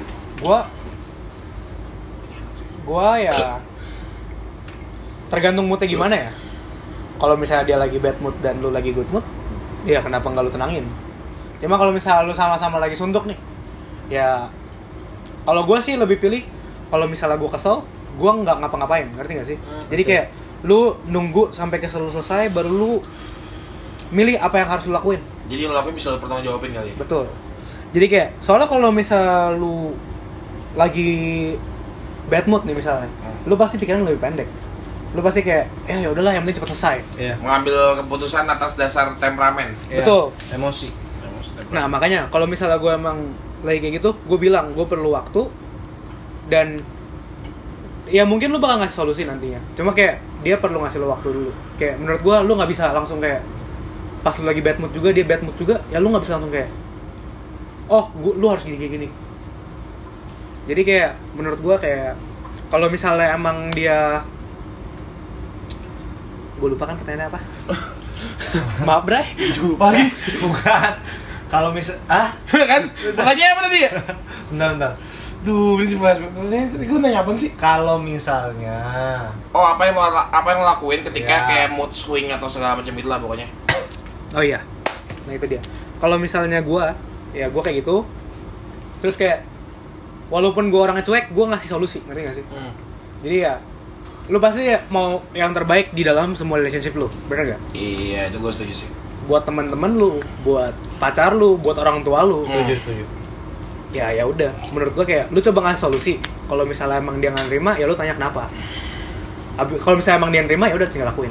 gue ya tergantung moodnya gimana ya. Kalau misalnya dia lagi bad mood dan lu lagi good mood, ya kenapa nggak lu tenangin? Cuma kalau misalnya lu sama-sama lagi suntuk nih, ya kalau gue sih lebih pilih kalau misalnya gue kesel, gue nggak ngapa-ngapain, ngerti nggak sih? Jadi kayak lu nunggu sampai kesel selesai, baru lu milih apa yang harus lu lakuin. Jadi yang lu lakuin bisa lu pertanggungjawabin kali ya? Betul. Jadi kayak soalnya kalau misalnya lu lagi bad mood nih misalnya, lu pasti pikiran lebih pendek. Lu pasti kayak, ya udahlah yang penting cepat selesai. Iya. Mengambil keputusan atas dasar temperamen. Betul. Emosi. Nah makanya kalau misalnya gue emang lagi kayak gitu, gue bilang gue perlu waktu dan ya mungkin lu bakal ngasih solusi nantinya. Cuma kayak dia perlu ngasih lu waktu dulu. Kayak menurut gue lu nggak bisa langsung kayak pas lu lagi bad mood juga dia bad mood juga, ya lu nggak bisa langsung kayak lu harus gini. Jadi kayak menurut gue kayak kalau misalnya emang dia, gue lupa kan pertanyaannya apa. Maaf Bray, Lupa lagi. Bukan. Kalau misal Kan? Pertanyaannya apa tadi ya? bentar. Duh, ini flashback. Tadi gue nanya apa sih? Kalau misalnya Oh, apa yang lo lakuin ketika Ya. kayak mood swing atau segala macam itulah pokoknya. Oh iya. Nah itu dia. Kalau misalnya gue kayak gitu. Terus kayak walaupun gue orangnya cuek, gue ngasih solusi, ngerti gak sih? Jadi ya lu pasti mau yang terbaik di dalam semua relationship lu, bener gak? Iya, itu gue setuju sih. Buat teman-teman lu, buat pacar lu, buat orang tua lu. setuju. Ya udah, menurut gue kayak lu coba ngasih solusi. Kalau misalnya emang dia nggak nerima, ya lu tanya kenapa. Kalau misalnya emang dia nerima, ya udah tinggal lakuin.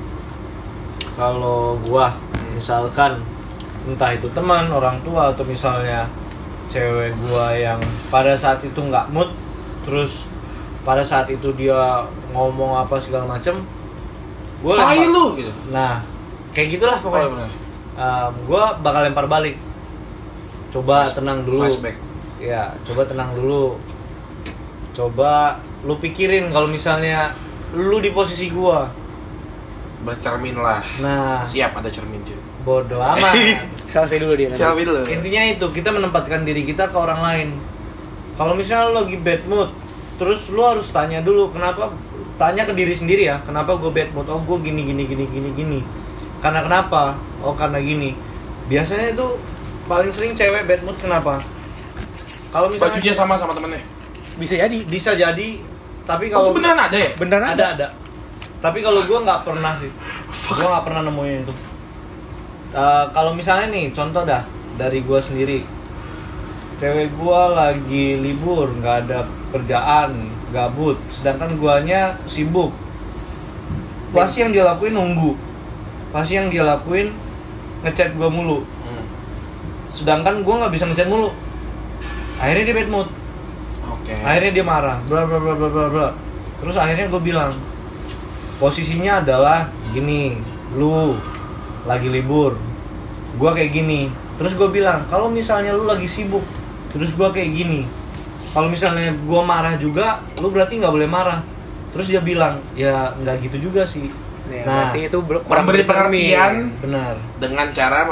Kalau gua misalkan entah itu teman, orang tua atau misalnya cewek gua yang pada saat itu nggak mood, terus pada saat itu dia ngomong apa segala macem, gua Tai lempar. lu gitu. Nah, kayak gitulah Oh, pokoknya. iya bener. Gua bakal lempar balik. Coba tenang dulu. Flashback. Ya, coba tenang dulu. Coba lu pikirin kalau misalnya lu di posisi gua. Bercermin lah. Nah, Siap ada cermin cuy. bodoh amat. Selfie dulu dia. nanti. Selfie dulu. Intinya itu, kita menempatkan diri kita ke orang lain. Kalau misalnya lu lagi bad mood, terus lu harus tanya dulu kenapa, tanya ke diri sendiri ya, kenapa gue bad mood? Oh, gue gini. Karena kenapa? Oh, karena gini. Biasanya itu paling sering cewek bad mood kenapa? Kalau misalnya Bajunya sama temennya. Bisa jadi. bisa jadi, tapi Oh, kalau itu beneran ada ya? Beneran ada. Tapi kalau gue nggak pernah sih, gue nggak pernah nemuin itu. Kalau misalnya nih, contoh dah dari gue sendiri, cewek gue lagi libur, nggak ada kerjaan, gabut, sedangkan guanya sibuk. Pasti yang dia lakuin nunggu, pasti yang dia lakuin ngechat gue mulu. Sedangkan gue nggak bisa ngechat mulu, akhirnya dia bad mood. Oke. Akhirnya dia marah, bla. Terus akhirnya gue bilang, posisinya adalah gini, lu lagi libur, gue kayak gini. Terus gue bilang, kalau misalnya lu lagi sibuk, terus gue kayak gini. Kalau misalnya gue marah juga, lu berarti nggak boleh marah. Terus dia bilang, ya nggak gitu juga sih. Ya, Nah, berarti itu Memberi pengertian benar. dengan cara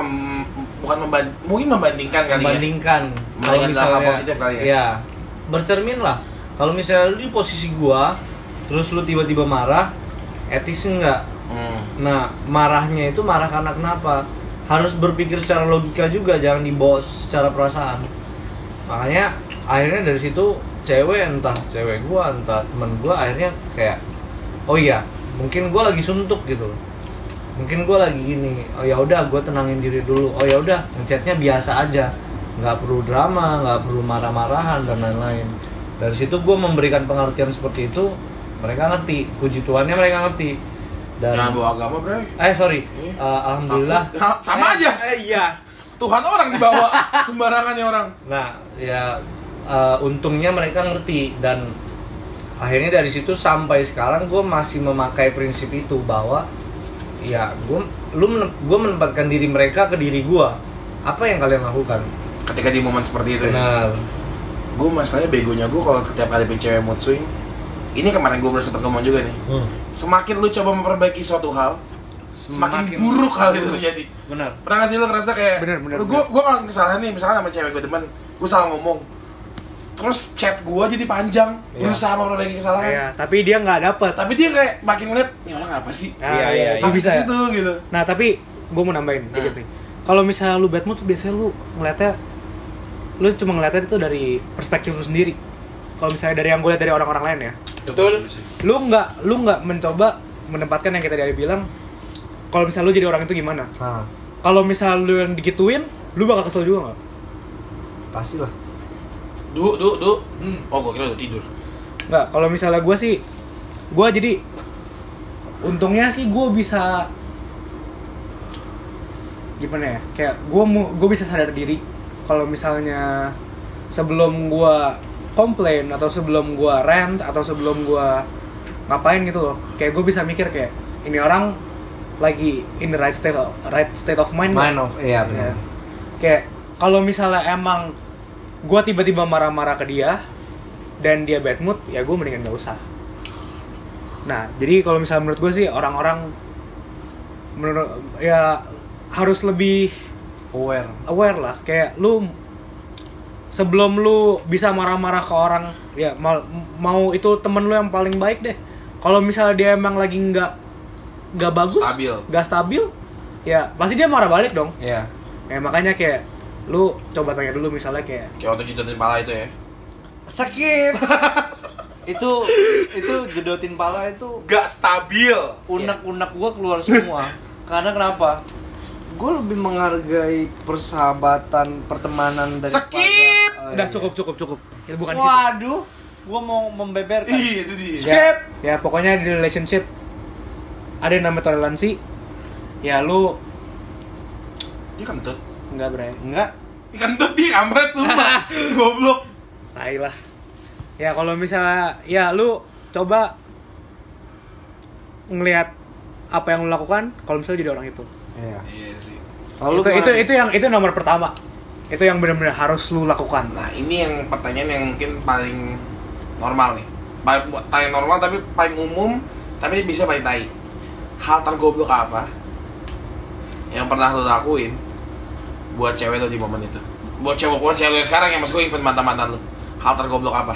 mungkin membandingkan kali Membandingkan. ya. Membandingkan hal positif kali ya. Ya, bercermin lah. Kalau misalnya lu di posisi gua, terus lu tiba-tiba marah, etis enggak? Nah, marahnya itu marah karena kenapa? Harus berpikir secara logika juga, jangan dibawa secara perasaan. Makanya akhirnya dari situ entah cewek gua, entah teman gua akhirnya kayak, oh iya, mungkin gua lagi suntuk gitu. Mungkin gua lagi gini. Oh ya udah, gua tenangin diri dulu. Oh ya udah, ngechatnya biasa aja. Nggak perlu drama, nggak perlu marah-marahan dan lain-lain. Dari situ gua memberikan pengertian seperti itu, mereka ngerti. Puji Tuhannya mereka ngerti. Dan Jangan bawa agama, Bray. sorry, alhamdulillah. Sama aja. Iya. Tuhan orang dibawa sembarangannya orang. Nah, ya untungnya mereka ngerti dan akhirnya dari situ sampai sekarang gue masih memakai prinsip itu bahwa ya gue menempatkan diri mereka ke diri gue. Apa yang kalian lakukan? Ketika di momen seperti itu. Benar. Gue masalahnya begonya gue kalau setiap kali cewek mood swing. Ini kemarin gue baru sempat ngomong juga nih. Semakin lu coba memperbaiki suatu hal, semakin buruk hal itu terjadi. Benar. Pernah gak sih lu ngerasa kayak Bener. gue ngelakuin kesalahan nih, misalkan sama cewek gue demen, gue salah ngomong, terus chat gue jadi panjang, berusaha memperbaiki kesalahan. Iya, tapi dia nggak dapet. Tapi dia kayak makin ngeliat, ini orang apa sih? Iya, itu Tapi bisa ya. situ gitu. Nah tapi gue mau nambahin dikit nih. Kalau misalnya lu bad mood tuh biasanya lu cuma ngeliatnya itu dari perspektif lu sendiri. Kalau misalnya dari yang gue lihat dari orang-orang lain ya, Betul. lu nggak mencoba menempatkan yang kita tadi bilang. Kalau misalnya lu jadi orang itu gimana? Nah, Kalau misalnya lu yang digituin, lu bakal kesel juga nggak? pastilah. Du. Oh, gue kira udah tidur. Nggak. Kalau misalnya gue sih, gue jadi untungnya sih gue bisa gimana ya? Kayak gue bisa sadar diri. Kalau misalnya sebelum gue komplain atau sebelum gue rant atau sebelum gue ngapain gitu loh, kayak gue bisa mikir kayak ini orang lagi in the right state of mind. Iya Ya. benar. Kayak kalau misalnya emang gue tiba-tiba marah-marah ke dia dan dia bad mood, ya gue mendingan gak usah. Nah, jadi kalau misalnya menurut gue sih orang-orang harus lebih aware lah, kayak lu sebelum lu bisa marah-marah ke orang ya mau itu temen lu yang paling baik deh, kalau misalnya dia emang lagi nggak bagus, nggak stabil, ya pasti dia marah balik dong. Iya. Ya makanya kayak lu coba tanya dulu misalnya kayak waktu jedotin pala itu ya. Skip. itu jedotin pala itu Gak stabil. unek-unek gua keluar semua. Karena kenapa? Gue lebih menghargai persahabatan, pertemanan daripada. Skip. udah cukup. Itu bukan situ. Waduh, gua mau membeberkan. Iya itu dia. Skip. Ya pokoknya di relationship ada yang namanya toleransi. Ya lu Dia kentut. enggak Bray. Enggak. Kentut dia kampret tuh. Goblok. Tai lah. Ya kalau misalnya ya lu coba ngelihat apa yang lu lakukan kalau misalnya jadi orang itu. Iya. Iya sih. Itu nomor pertama. Itu yang benar-benar harus lu lakukan. Nah ini yang pertanyaan yang mungkin paling normal nih. Paling normal tapi paling umum, tapi bisa paling tai. Hal tergoblok apa yang pernah lu lakuin buat cewek lu di momen itu? Buat cewek lu sekarang yang maksud gue event mantan-mantan lu. Hal tergoblok apa?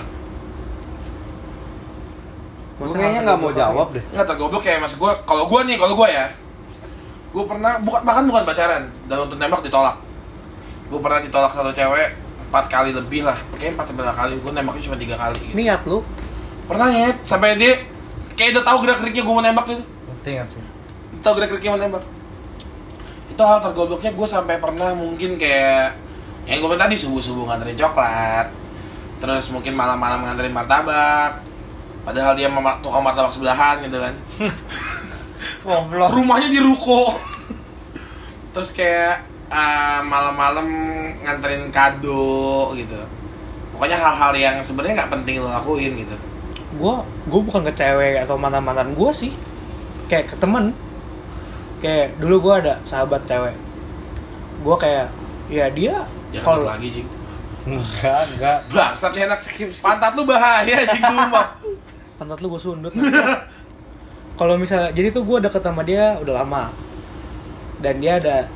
Gue kayaknya nggak mau jawab deh. Nggak tergoblok kayak maksud gue, kalau gue ya, gue pernah bukan pacaran dan untuk nembak ditolak. Gue pernah ditolak satu cewek 4 kali lebih lah, kayaknya 4 kali. Gue nembaknya cuma 3 kali. Gitu. Niat lu? Pernah nyet sampai dia kayak udah tahu gerak-geriknya gue mau nembak gitu. Ingat sih. Tahu gerak-geriknya mau nembak. Itu hal tergobloknya gue sampai pernah mungkin kayak yang gue tadi subuh-subuh nganterin coklat, terus mungkin malam-malam nganterin martabak, padahal dia tukang martabak sebelahan gitu kan. Rumahnya di ruko. Terus kayak malam-malam nganterin kado gitu. Pokoknya hal-hal yang sebenarnya nggak penting lo lakuin gitu. Gue bukan ke cewek atau mantan gue sih, kayak ke temen. Kayak dulu gue ada sahabat cewek, gue kayak ya dia kalau lagi Jing. Enggak. Bangsat nih anak. Pantat lu bahaya Jing, sumpah. Pantat lu gue sundut. Kalau misalnya jadi tuh gue deket sama dia udah lama, dan dia ada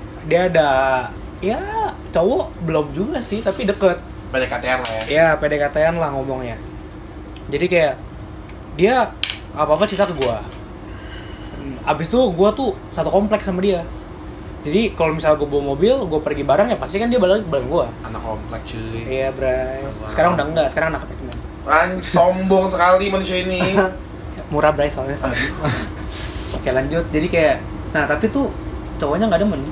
ya cowok belum juga sih tapi deket. PDKT-an lah ya. Ya PDKT-an lah ngomongnya. Jadi kayak dia apa-apa cerita ke gue. Abis itu gue tuh satu kompleks sama dia. Jadi kalau misalnya gue bawa mobil, gue pergi bareng ya pasti kan dia balik bareng gue. Anak kompleks cuy. Iya Bray. Sekarang udah enggak, sekarang anak apartemen. Sombong sekali manusia ini. Murah Bray soalnya. Oke lanjut. Jadi kayak, nah tapi tuh cowoknya nggak demen.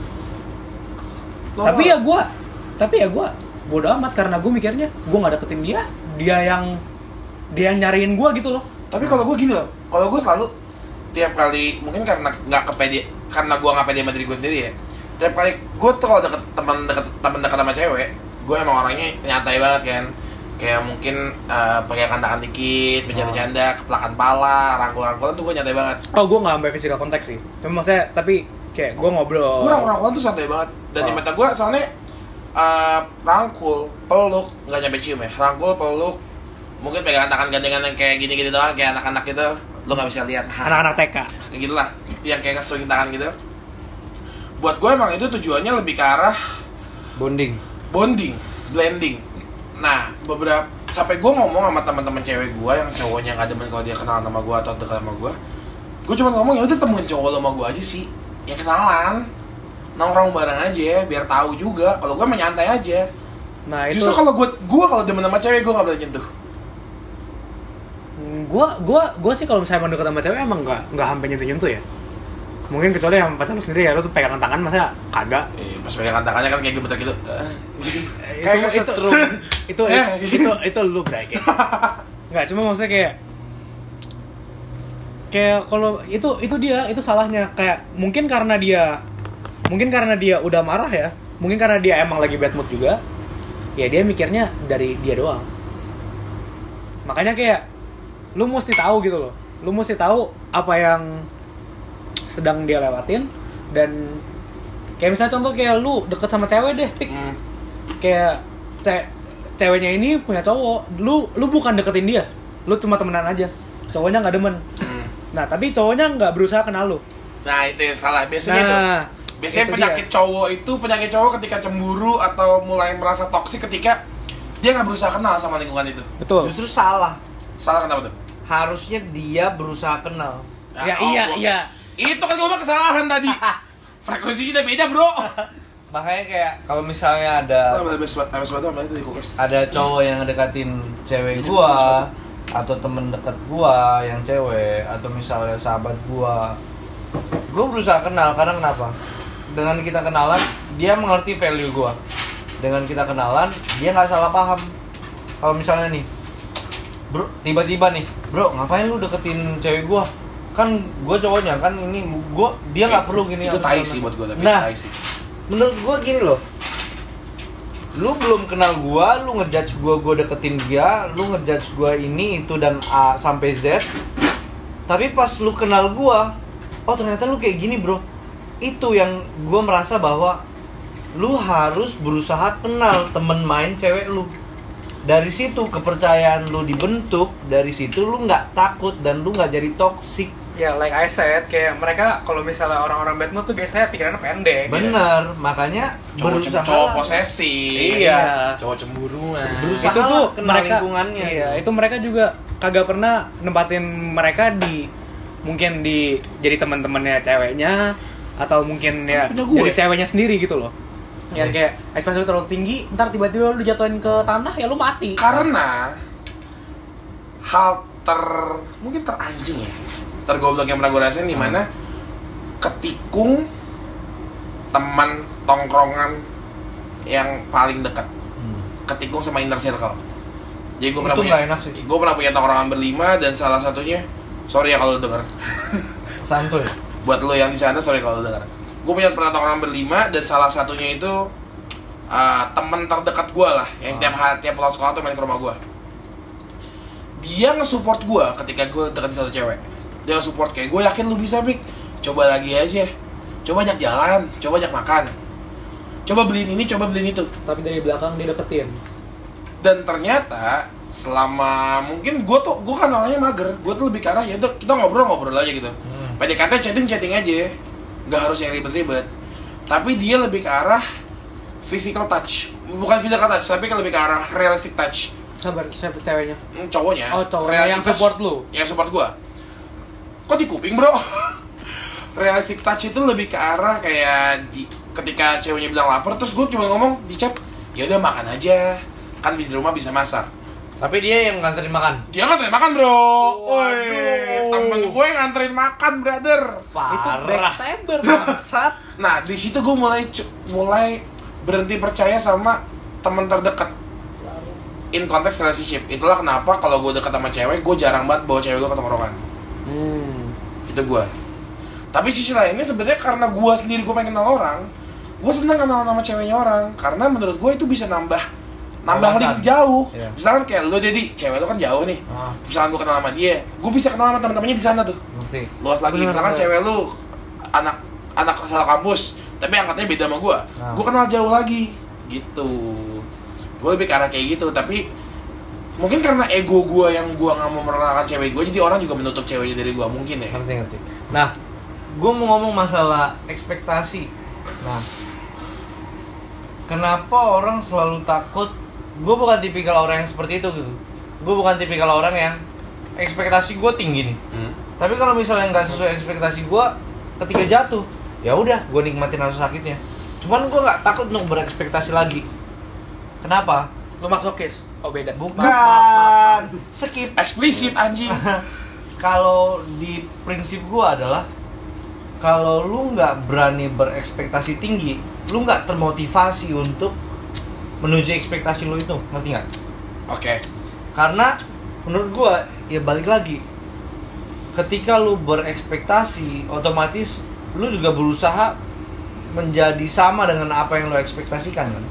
Tapi ya gue bodo amat karena gue mikirnya gue nggak deketin dia yang nyariin gue gitu loh. Tapi kalau gue gini loh, kalau gue selalu tiap kali mungkin karena nggak kepede, karena gue nggak pede sama diri gue sendiri ya. Tiap kali gue tuh kalau teman dekat sama cewek, gue emang orangnya nyantai banget kan. Kayak mungkin pakai kandakan dikit, bercanda-canda, keplakan pala, rangkul-rangkulan tuh gue nyantai banget. Oh gue nggak sampai physical contact sih. Cuma maksudnya tapi kayak gue ngobrol. Gue rangkul-rangkulan tuh santai banget. Dan di mata gue soalnya rangkul, peluk, nggak nyampe cium ya. Rangkul, peluk, mungkin pegangan tangan gandengan yang kayak gini-gini doang, kayak anak-anak gitu. Lo nggak bisa lihat. Anak-anak TK. Kayak gitulah, yang kayak nge-swing tangan gitu. Buat gue emang itu tujuannya lebih ke arah bonding, blending. Nah, beberapa sampai gue ngomong sama teman-teman cewek gue yang cowoknya nggak demen kalau dia kenal sama gue atau dekat sama gue cuma ngomong ya udah temuin cowok lo sama gue aja sih, ya kenalan, nongkrong bareng aja, biar tahu juga. Kalau gue menyantai aja. Nah itu. Justru kalau gue kalau demen sama cewek gue nggak boleh nyentuh. Gue sih kalau misalnya mendekat sama cewek emang nggak sampai nyentuh ya. Mungkin kecuali yang pacar lu sendiri ya, lu tuh pegangan tangan masa kagak. Pas pegangan tangannya kan kayak gemeter gitu. Itu lu Bray kayak. Enggak, cuma maksudnya kayak kalau itu dia salahnya. Kayak mungkin karena dia udah marah ya. Mungkin karena dia emang lagi bad mood juga. Ya dia mikirnya dari dia doang. Makanya kayak lu mesti tahu gitu loh. Lu mesti tahu apa yang sedang dia lewatin. Dan kayak misalnya contoh kayak lu deket sama cewek deh, Pik. Kayak ceweknya ini punya cowok, lu bukan deketin dia, lu cuma temenan aja, cowoknya nggak demen. Nah tapi cowoknya nggak berusaha kenal lu. Nah itu yang salah biasanya tuh. Biasanya Itu penyakit cowok ketika cemburu atau mulai merasa toksik ketika dia nggak berusaha kenal sama lingkungan itu. Betul. Justru salah. Salah kenapa tuh? Harusnya dia berusaha kenal. Ya, gua- iya. Itu kan gue kesalahan tadi. Frekuensinya udah beda, bro. Makanya kayak kalau misalnya ada cowok yang deketin cewek gua atau temen dekat gua yang cewek atau misalnya sahabat gua berusaha kenal. Karena kenapa? Dengan kita kenalan dia mengerti value gua. Dengan kita kenalan dia nggak salah paham. Kalau misalnya nih bro, tiba-tiba nih bro, ngapain lu deketin cewek gua? Kan gua cowoknya, kan ini gua, dia nggak perlu gini. Itu tai sih buat gua, tapi nah, tai sih. menurut gua gini loh, lu belum kenal gua, lu ngejudge gua deketin dia, lu ngejudge gua ini itu dan A sampai Z. Tapi pas lu kenal gua, oh ternyata lu kayak gini bro. Itu yang gua merasa bahwa lu harus berusaha kenal temen main cewek lu. Dari situ kepercayaan lu dibentuk, dari situ lu nggak takut dan lu nggak jadi toksik. Ya, like I said, kayak mereka kalau misalnya orang-orang bad mood tuh biasanya pikirannya pendek. Bener, makanya berusaha. Cowok posesif. Iya. Cowok cemburuan. Berusaha Itu tuh kenal mereka lingkungannya. Iya, itu mereka juga kagak pernah nempatin mereka di mungkin di jadi teman-temannya ceweknya atau mungkin ya Punya gue. jadi ceweknya sendiri gitu loh. Ya kayak ekspektasi lu terlalu tinggi, ntar tiba-tiba lu jatuhin ke tanah ya lu mati. Karena hal mungkin teranjing ya, tergoblok yang pernah gue rasain di mana ketikung teman tongkrongan yang paling dekat, ketikung sama inner circle. Jadi gue pernah Itu punya, nggak enak sih. gue pernah punya tongkrongan berlima dan salah satunya, sorry ya kalau lu denger, Santuy. buat lo yang di sana sorry kalau lu denger. Gue punya pernah tongkrongan berlima dan salah satunya itu teman terdekat gue lah, yang tiap pulang sekolah tuh main ke rumah gue. Dia nge-support gue ketika gue deketin satu cewek. Dia nge-support kayak, gue yakin lu bisa, Pik. Coba lagi aja. Coba ajak jalan, coba ajak makan. Coba beliin ini, coba beliin itu. Tapi dari belakang dia deketin. Dan ternyata selama mungkin gue kan orangnya mager. Gue tuh lebih ke arah ya udah kita ngobrol aja gitu. PDKT chatting aja. Nggak harus yang ribet-ribet. Tapi dia lebih ke arah physical touch. Bukan physical touch, tapi lebih ke arah realistic touch. Sabar, siapa ceweknya? Cowoknya. Oh, cowoknya Realistic yang touch, support lu. Yang support gua. Kok di kuping, bro? Realistic touch itu lebih ke arah kayak ketika ceweknya bilang lapar, terus gua cuma ngomong di chat, ya udah makan aja. Kan di rumah bisa masak. Tapi dia yang nganterin makan. Dia nganterin makan, bro. Woi, Waduh. temen gue yang nganterin makan, brother. Itu Parah. backstabber bangsat. Nah, di situ gue mulai berhenti percaya sama teman terdekat. In konteks relationship. Itulah kenapa kalau gue dekat sama cewek, gue jarang banget bawa cewek gue ke tongkrongan. Itu gue. Tapi sisi lainnya sebenarnya karena gue sendiri gue pengen kenal orang, gue seneng kenal sama ceweknya orang. Karena menurut gue itu bisa nambah Wawasan. link jauh. Iya. Misalkan kayak lo jadi cewek lo kan jauh nih. Misalkan gue kenal sama dia, gue bisa kenal sama teman-temannya di sana tuh. Ngerti. Luas lagi. Bener, Misalkan bener. cewek lu anak satu kampus, tapi angkatnya beda sama gue. Nah. Gue kenal jauh lagi. Gitu. Gue lebih ke arah kayak gitu, tapi mungkin karena ego gue yang gue nggak mau merelakan cewek gue, jadi orang juga menutup ceweknya dari gue mungkin ya. Ngerti. Nah, gue mau ngomong masalah ekspektasi. Nah, kenapa orang selalu takut? Gue bukan tipikal orang yang seperti itu gitu. Gue bukan tipikal orang yang ekspektasi gue tinggi nih. Tapi kalau misalnya nggak sesuai ekspektasi gue, ketika jatuh, ya udah, gue nikmatin rasa sakitnya. Cuman gue nggak takut untuk berekspektasi lagi. Kenapa? Lu masokis? Oh beda. Bukan. Maaf. Skip. Eksplisit anjing. Kalau di prinsip gua adalah kalau lu nggak berani berekspektasi tinggi, lu nggak termotivasi untuk menuju ekspektasi lu itu, ngerti nggak? Oke. Karena menurut gua ya balik lagi, ketika lu berekspektasi, otomatis lu juga berusaha menjadi sama dengan apa yang lu ekspektasikan kan?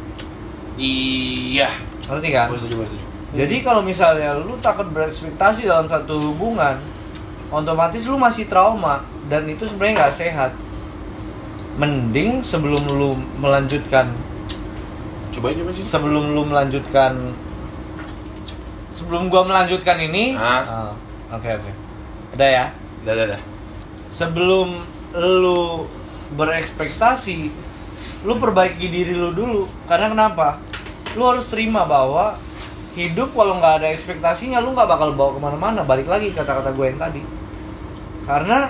Iya. Ngerti kan? Gue setuju. Jadi kalau misalnya lu takut berekspektasi dalam satu hubungan, otomatis lu masih trauma dan itu sebenarnya nggak sehat. Mending sebelum lu melanjutkan, Cobain sih. sebelum gua melanjutkan ini, Hah? oke, udah ya. Dah. Sebelum lu berekspektasi, lu perbaiki diri lu dulu. Karena kenapa? Lu harus terima bahwa hidup kalau nggak ada ekspektasinya, lu nggak bakal bawa kemana-mana. Balik lagi kata-kata gue yang tadi. Karena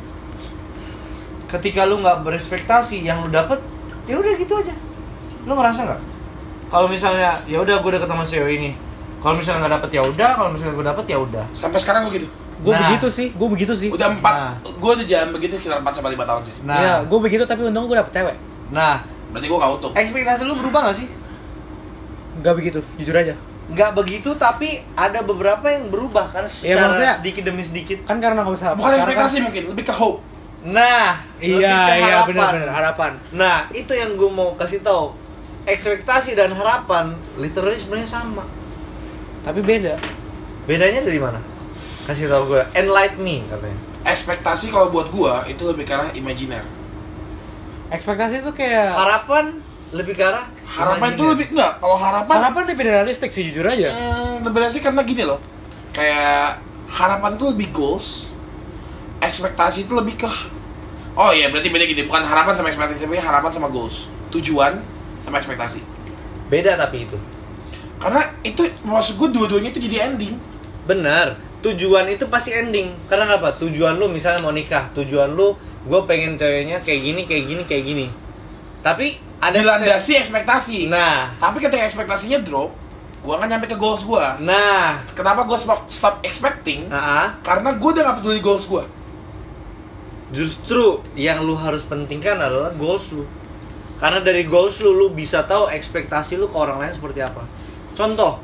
ketika lu nggak berekspektasi, yang lu dapet ya udah gitu aja. Lu ngerasa nggak? Kalau misalnya ya udah gue deket sama cewek ini, kalau misalnya nggak dapet ya udah, kalau misalnya gue dapet ya udah. Sampai sekarang gue gitu. Gue begitu sih. Udah 4, gue udah jalan begitu sekitar 4-5 tahun sih. Nah, Iya, gue begitu tapi untung gue dapet cewek. nah, Berarti gue gak utuh. ekspektasi lu berubah nggak sih? Gak begitu, jujur aja. Nggak begitu, tapi ada beberapa yang berubah kan Ya, secara maksudnya- sedikit demi sedikit. Kan karena nggak bisa. Bukan ekspektasi mungkin, lebih ke hope. Nah, lebih ke Iya, harapan. benar-benar harapan. Nah, itu yang gue mau kasih tahu. Ekspektasi dan harapan literally sebenarnya sama. Tapi beda. Bedanya dari mana? Kasih tahu gue. Enlighten me katanya. Ekspektasi kalau buat gue itu lebih ke arah imajiner. Ekspektasi itu kayak Harapan lebih ke arah Harapan itu imajiner. lebih enggak. Kalau harapan lebih realistik sih jujur aja. lebih realistik karena gini loh. Kayak harapan itu lebih goals. Ekspektasi itu lebih ke oh iya berarti beda gitu. Bukan harapan sama ekspektasi, tapi harapan sama goals. Tujuan sama ekspektasi. Beda tapi itu. Karena itu maksud gue dua-duanya itu jadi ending. Benar. Tujuan itu pasti ending. Karena apa? Tujuan lu misalnya mau nikah, tujuan lu gue pengen ceweknya kayak gini, kayak gini, kayak gini. Tapi ada Dilandasi ekspektasi. Nah, Tapi ketika ekspektasinya drop, gue kan nyampe ke goals gue. nah, Kenapa gue stop expecting? Karena gue udah gak peduli goals gue. justru yang lu harus pentingkan adalah goals lu. Karena dari goals lu bisa tahu ekspektasi lu ke orang lain seperti apa. Contoh,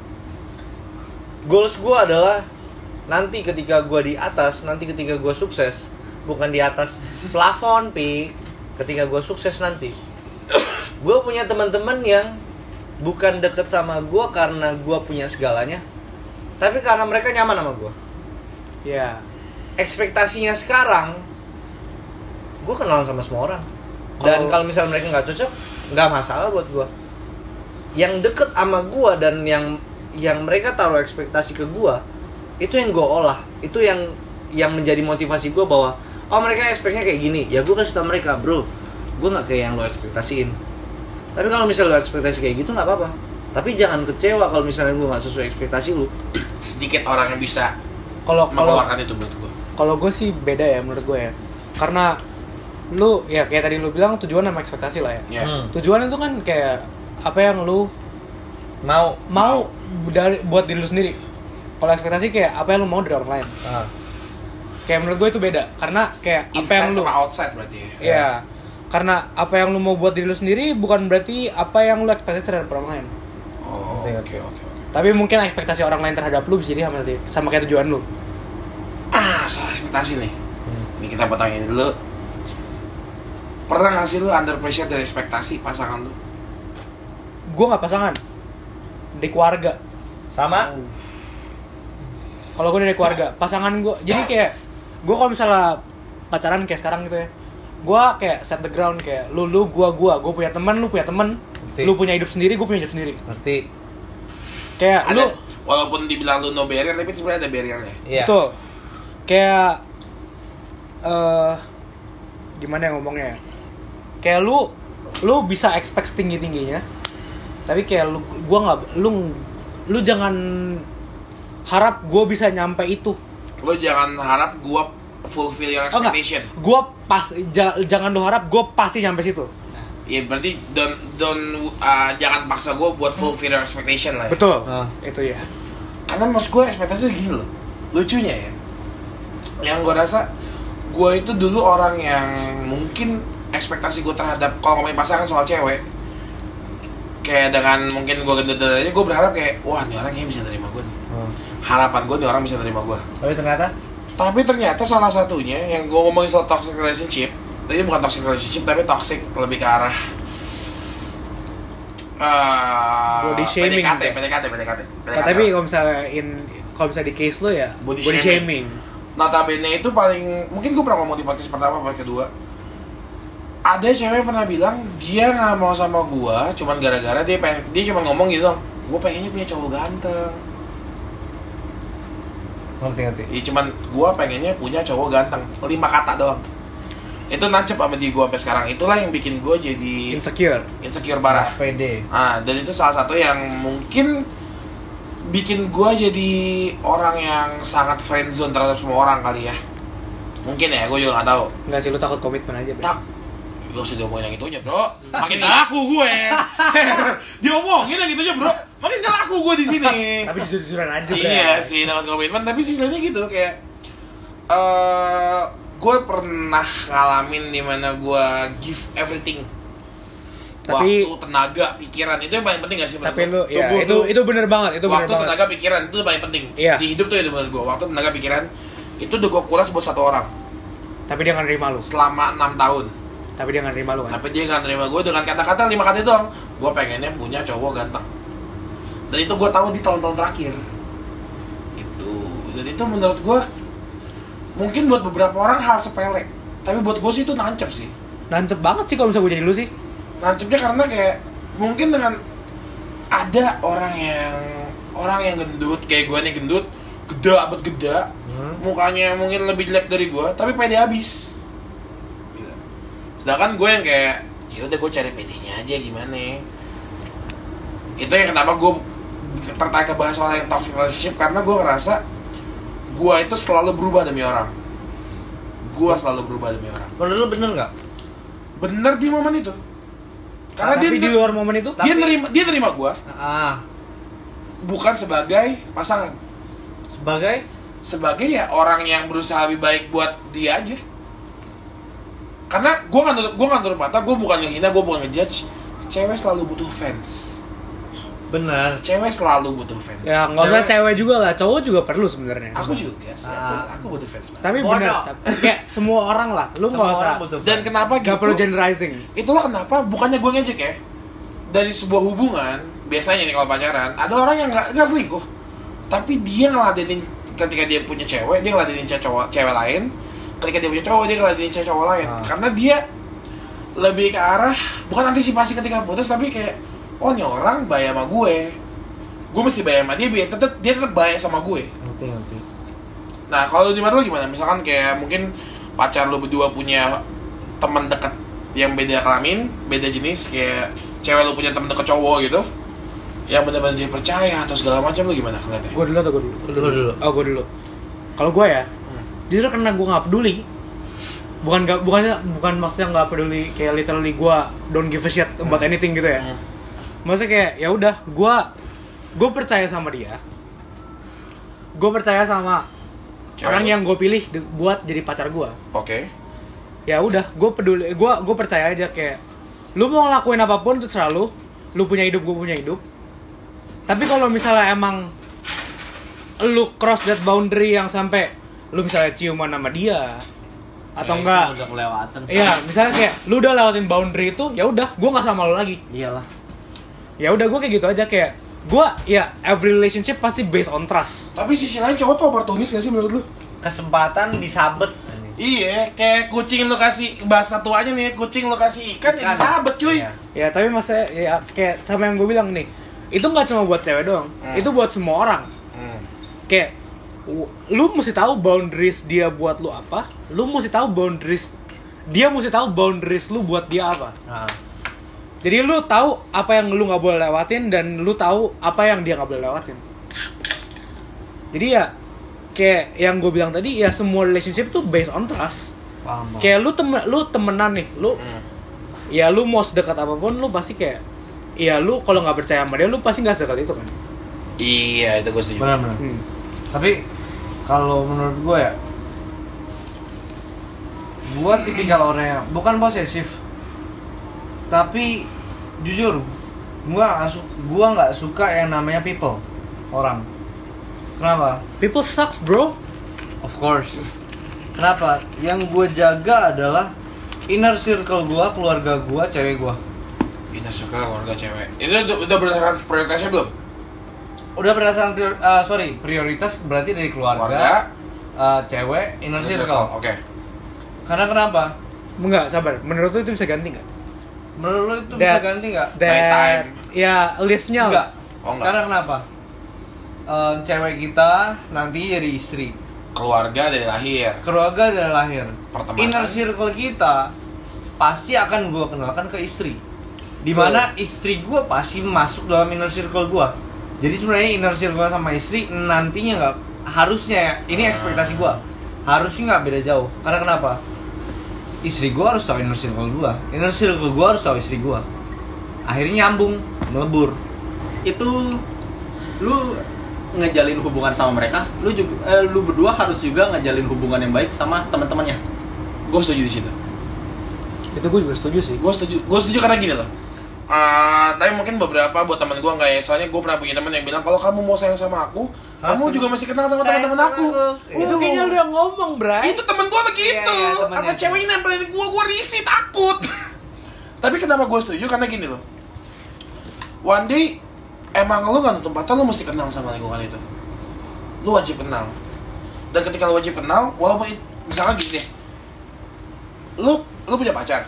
goals gue adalah nanti ketika gue di atas, nanti ketika gue sukses, bukan di atas plafon, ketika gue sukses nanti, gue punya teman-teman yang bukan deket sama gue karena gue punya segalanya, tapi karena mereka nyaman sama gue. Ya. Ekspektasinya sekarang, gue kenal sama semua orang. Dan kalau misalnya mereka nggak cocok, nggak masalah buat gue. Yang deket sama gue dan yang mereka taruh ekspektasi ke gue, itu yang gue olah. Itu yang menjadi motivasi gue bahwa oh mereka ekspektasinya kayak gini, ya gue kasih tau mereka, bro, gue nggak kayak yang lo ekspektasiin. Tapi kalau misalnya lo ekspektasi kayak gitu nggak apa-apa. Tapi jangan kecewa kalau misalnya gue nggak sesuai ekspektasi lo. Sedikit orang yang bisa Kalau mengeluarkan itu buat gue. kalau gue sih beda ya menurut gue ya. Karena lu ya kayak tadi lu bilang tujuan sama ekspektasi lah ya. Tujuan itu kan kayak apa yang lu mau dari buat diri lu sendiri. Kalau ekspektasi kayak apa yang lu mau dari orang lain. Kayak menurut gue itu beda karena kayak apa Inside yang lu sama outside berarti ya. Iya. Karena apa yang lu mau buat diri lu sendiri bukan berarti apa yang lu ekspektasi terhadap orang lain. Oh, oke. Tapi mungkin ekspektasi orang lain terhadap lu bisa jadi sama kayak tujuan lu. Soal ekspektasi nih. Ini kita potong ini dulu. Pernah gak sih lu under pressure dari ekspektasi pasangan lu? Gue nggak pasangan, di keluarga. Sama? Kalau gue dari keluarga, pasangan gue, jadi kayak gue kalau misalnya pacaran kayak sekarang gitu ya, gue kayak set the ground kayak lu gue punya teman, lu punya teman, lu punya hidup sendiri, gue punya hidup sendiri. Ngerti. Kayak Ada, lu, walaupun dibilang lu no barrier, tapi sebenarnya ada barriernya. Iya. betul. Kayak gimana ya ngomongnya ya? Kayak lu bisa expect tinggi tingginya, tapi kayak lu jangan harap gue bisa nyampe itu. Lu jangan harap gua fulfill your expectation. Gue jangan lu harap gue pasti nyampe situ. Ya berarti jangan paksa gua buat fulfill your expectation lah ya. Betul. Itu ya. Karena maksud gue ekspektasi gini loh. Lucunya ya, yang gue rasa gue itu dulu orang yang mungkin ekspektasi gue terhadap kalau ngomongin pasangan soal cewek, kayak dengan mungkin gue gendut aja, gue berharap kayak wah ini orang kayaknya bisa nerima gue nih. Harapan gue nih orang bisa nerima gue. Tapi ternyata salah satunya yang gue ngomongin soal toxic relationship, tapi bukan toxic relationship tapi toxic lebih ke arah Body shaming. PDKT. Tapi kalau misalnya di case lo ya Body shaming. Notabene itu paling mungkin gue pernah ngomong di podcast pertama apa kedua. Ada cewek pernah bilang dia nggak mau sama gue, cuman gara-gara dia cuma ngomong gitu, gue pengennya punya cowok ganteng. Ngerti. Iya cuman gue pengennya punya cowok ganteng, 5 kata doang. itu nancep sama di gue sampai sekarang. Itulah yang bikin gue jadi insecure parah. PD. Dan itu salah satu yang mungkin bikin gue jadi orang yang sangat friendzone terhadap semua orang kali ya. Mungkin ya, gue juga nggak tahu. Enggak sih, lu takut komitmen aja, Bro. Gak usah diomongin yang itu aja, bro. Makin gak laku gue. Diomongin yang itu aja, bro. Makin gak laku gue di sini. Tapi jujur-jujuran aja, Bro. Iya sih, takut komitmen. Tapi sih sebenarnya gitu kayak gue pernah ngalamin dimana gue give everything. Tapi waktu, tenaga, pikiran itu yang paling penting gak sih? Tapi lu, ya itu bener banget, itu waktu, bener banget. tenaga, pikiran itu paling penting. Iya. Di hidup tuh itu menurut gue. Waktu, tenaga, pikiran itu udah gue kuras buat satu orang. Tapi dia nggak nerima lu. Selama 6 tahun. Tapi dia nggak nerima lu kan? Tapi dia nggak nerima gue dengan kata-kata 5 kata itu doang. Gue pengennya punya cowok ganteng. Dan itu gue tahu di tahun-tahun terakhir. Itu. Dan itu menurut gue mungkin buat beberapa orang hal sepele. Tapi buat gue sih itu nancep sih. Nancep banget sih kalau misalnya gue jadi lu sih. Nancepnya karena kayak mungkin dengan ada orang yang gendut kayak gue nih, gendut, geda abet geda, mukanya mungkin lebih jelek dari gue, tapi pede habis. Gitu. Sedangkan gue yang kayak, ya udah gue cari pedenya aja gimana. Itu yang kenapa gue tertarik ke bahas soal yang toxic relationship, karena gue ngerasa gue itu selalu berubah demi orang. Gue selalu berubah demi orang. Menurut lu bener nggak? Bener di momen itu. Karena tapi di luar momen itu dia nerima gue. Bukan sebagai pasangan. Sebagai ya orang yang berusaha lebih baik buat dia aja. Karena gue nggak nutup mata, gue bukan ngehina, gue bukan ngejudge. Cewek selalu butuh fans. Benar. Cewek selalu butuh fans. ya nggak usah cewek juga lah, cowok juga perlu sebenarnya. Aku juga sih, aku butuh fans banget. Tapi bener, kayak semua orang lah, lu nggak usah. Dan kenapa gitu? Gak perlu generalizing. Itulah kenapa, bukannya gue ngejek ya. Dari sebuah hubungan, biasanya nih kalau pacaran, ada orang yang nggak selingkuh, tapi dia ngeladenin ketika dia punya cewek, dia ngeladenin cewek lain. Ketika dia punya cowok, dia ngeladenin cowok lain. Karena dia lebih ke arah bukan antisipasi ketika putus, tapi kayak, oh ini orang baik sama gue mesti baik sama dia, biar dia tetap baik sama gue. Ngerti. Nah kalau di mata lo gimana? Misalkan kayak mungkin pacar lo berdua punya teman dekat yang beda kelamin, beda jenis, kayak cewek lo punya teman dekat cowok gitu, yang benar-benar dia percaya atau segala macam, lo gimana ngeliatnya? Gue dulu atau gue dulu? Oh gue dulu. Kalau gue ya, justru karena gue nggak peduli. Bukan maksudnya nggak peduli kayak literally gue don't give a shit about anything gitu ya. Maksudnya kayak ya udah gue percaya sama dia. Gue percaya sama Cewek orang lu? yang gue pilih buat jadi pacar gue. Oke. Ya udah, gue peduli, gue percaya aja kayak lu mau ngelakuin apapun terserah lu punya hidup, gue punya hidup. Tapi kalau misalnya emang lu cross that boundary yang sampai lu misalnya ciuman sama dia atau Ya, enggak, udah kelewatan. iya misalnya kayak lu udah lewatin boundary itu, ya udah gue nggak sama lu lagi. Iyalah. Ya udah gue kayak gitu aja, kayak gue ya every relationship pasti based on trust. Tapi sisi lain cowok tuh oportunis gak sih menurut lu? Kesempatan disabet. Iya, kayak kucing lu kasih, bahasa tuanya nih, kucing lu kasih ikan ya disabet cuy. Iya. Ya tapi maksudnya ya kayak sama yang gue bilang nih, itu nggak cuma buat cewek doang, itu buat semua orang. Kayak lu mesti tahu boundaries dia buat lu apa, lu mesti tahu dia mesti tahu boundaries lu buat dia apa. Jadi lu tahu apa yang lu nggak boleh lewatin dan lu tahu apa yang dia nggak boleh lewatin. Jadi ya kayak yang gue bilang tadi, ya semua relationship tuh based on trust. Paham. Kayak lu temenan nih, ya lu mau sedekat apapun lu pasti kayak, ya lu kalau nggak percaya sama dia lu pasti nggak sedekat itu kan. Iya, itu gue setuju. Benar. Tapi kalau menurut gue ya, gue tipikal orang yang bukan posesif, tapi jujur gue nggak suka yang namanya people, orang. Kenapa? People sucks bro. Of course. Kenapa? Yang gue jaga adalah inner circle gue, keluarga gue, cewek gue. Inner circle keluarga cewek. Itu udah berdasarkan prioritasnya belum? Udah berdasarkan prioritas berarti dari keluarga, cewek, inner circle. Oke. Karena kenapa? Enggak, sabar. Menurut lu itu bisa ganti nggak? Menurut lo itu bisa ganti nggak? By time. Ya listnya Enggak. Oh, enggak. Karena kenapa? Cewek kita nanti jadi istri. Keluarga dari lahir. Keluarga dari lahir. Pertemanan. Inner circle kita pasti akan gue kenalkan ke istri. Dimana istri gue pasti masuk dalam inner circle gue. Jadi sebenarnya inner circle sama istri nantinya nggak harusnya ya. Ini ekspektasi gue. Harusnya nggak beda jauh. Karena kenapa? Istri gue harus tahu inner circle gue. Inner circle gue harus tahu istri gue. Akhirnya nyambung, melebur. Itu lu ngejalin hubungan sama mereka, lu berdua harus juga ngejalin hubungan yang baik sama teman-temannya. Gue setuju di situ. Itu gue juga setuju sih. Gue setuju karena gini loh. Tapi mungkin beberapa buat teman gue enggak ya. Soalnya gue pernah punya teman yang bilang kalau kamu mau sayang sama aku, kamu juga masih kenal sama teman-teman aku. Itu kayaknya lu yang ngomong, Bray. Itu temen gue begitu. Iya, Apa cewek ini nempelin gue risih, takut. Tapi kenapa gue setuju? Karena gini loh. One day emang lu gak nutup mata, lu mesti kenal sama lingkungan itu. Lu wajib kenal. Dan ketika lu wajib kenal, walaupun misalkan gini deh, lu punya pacar.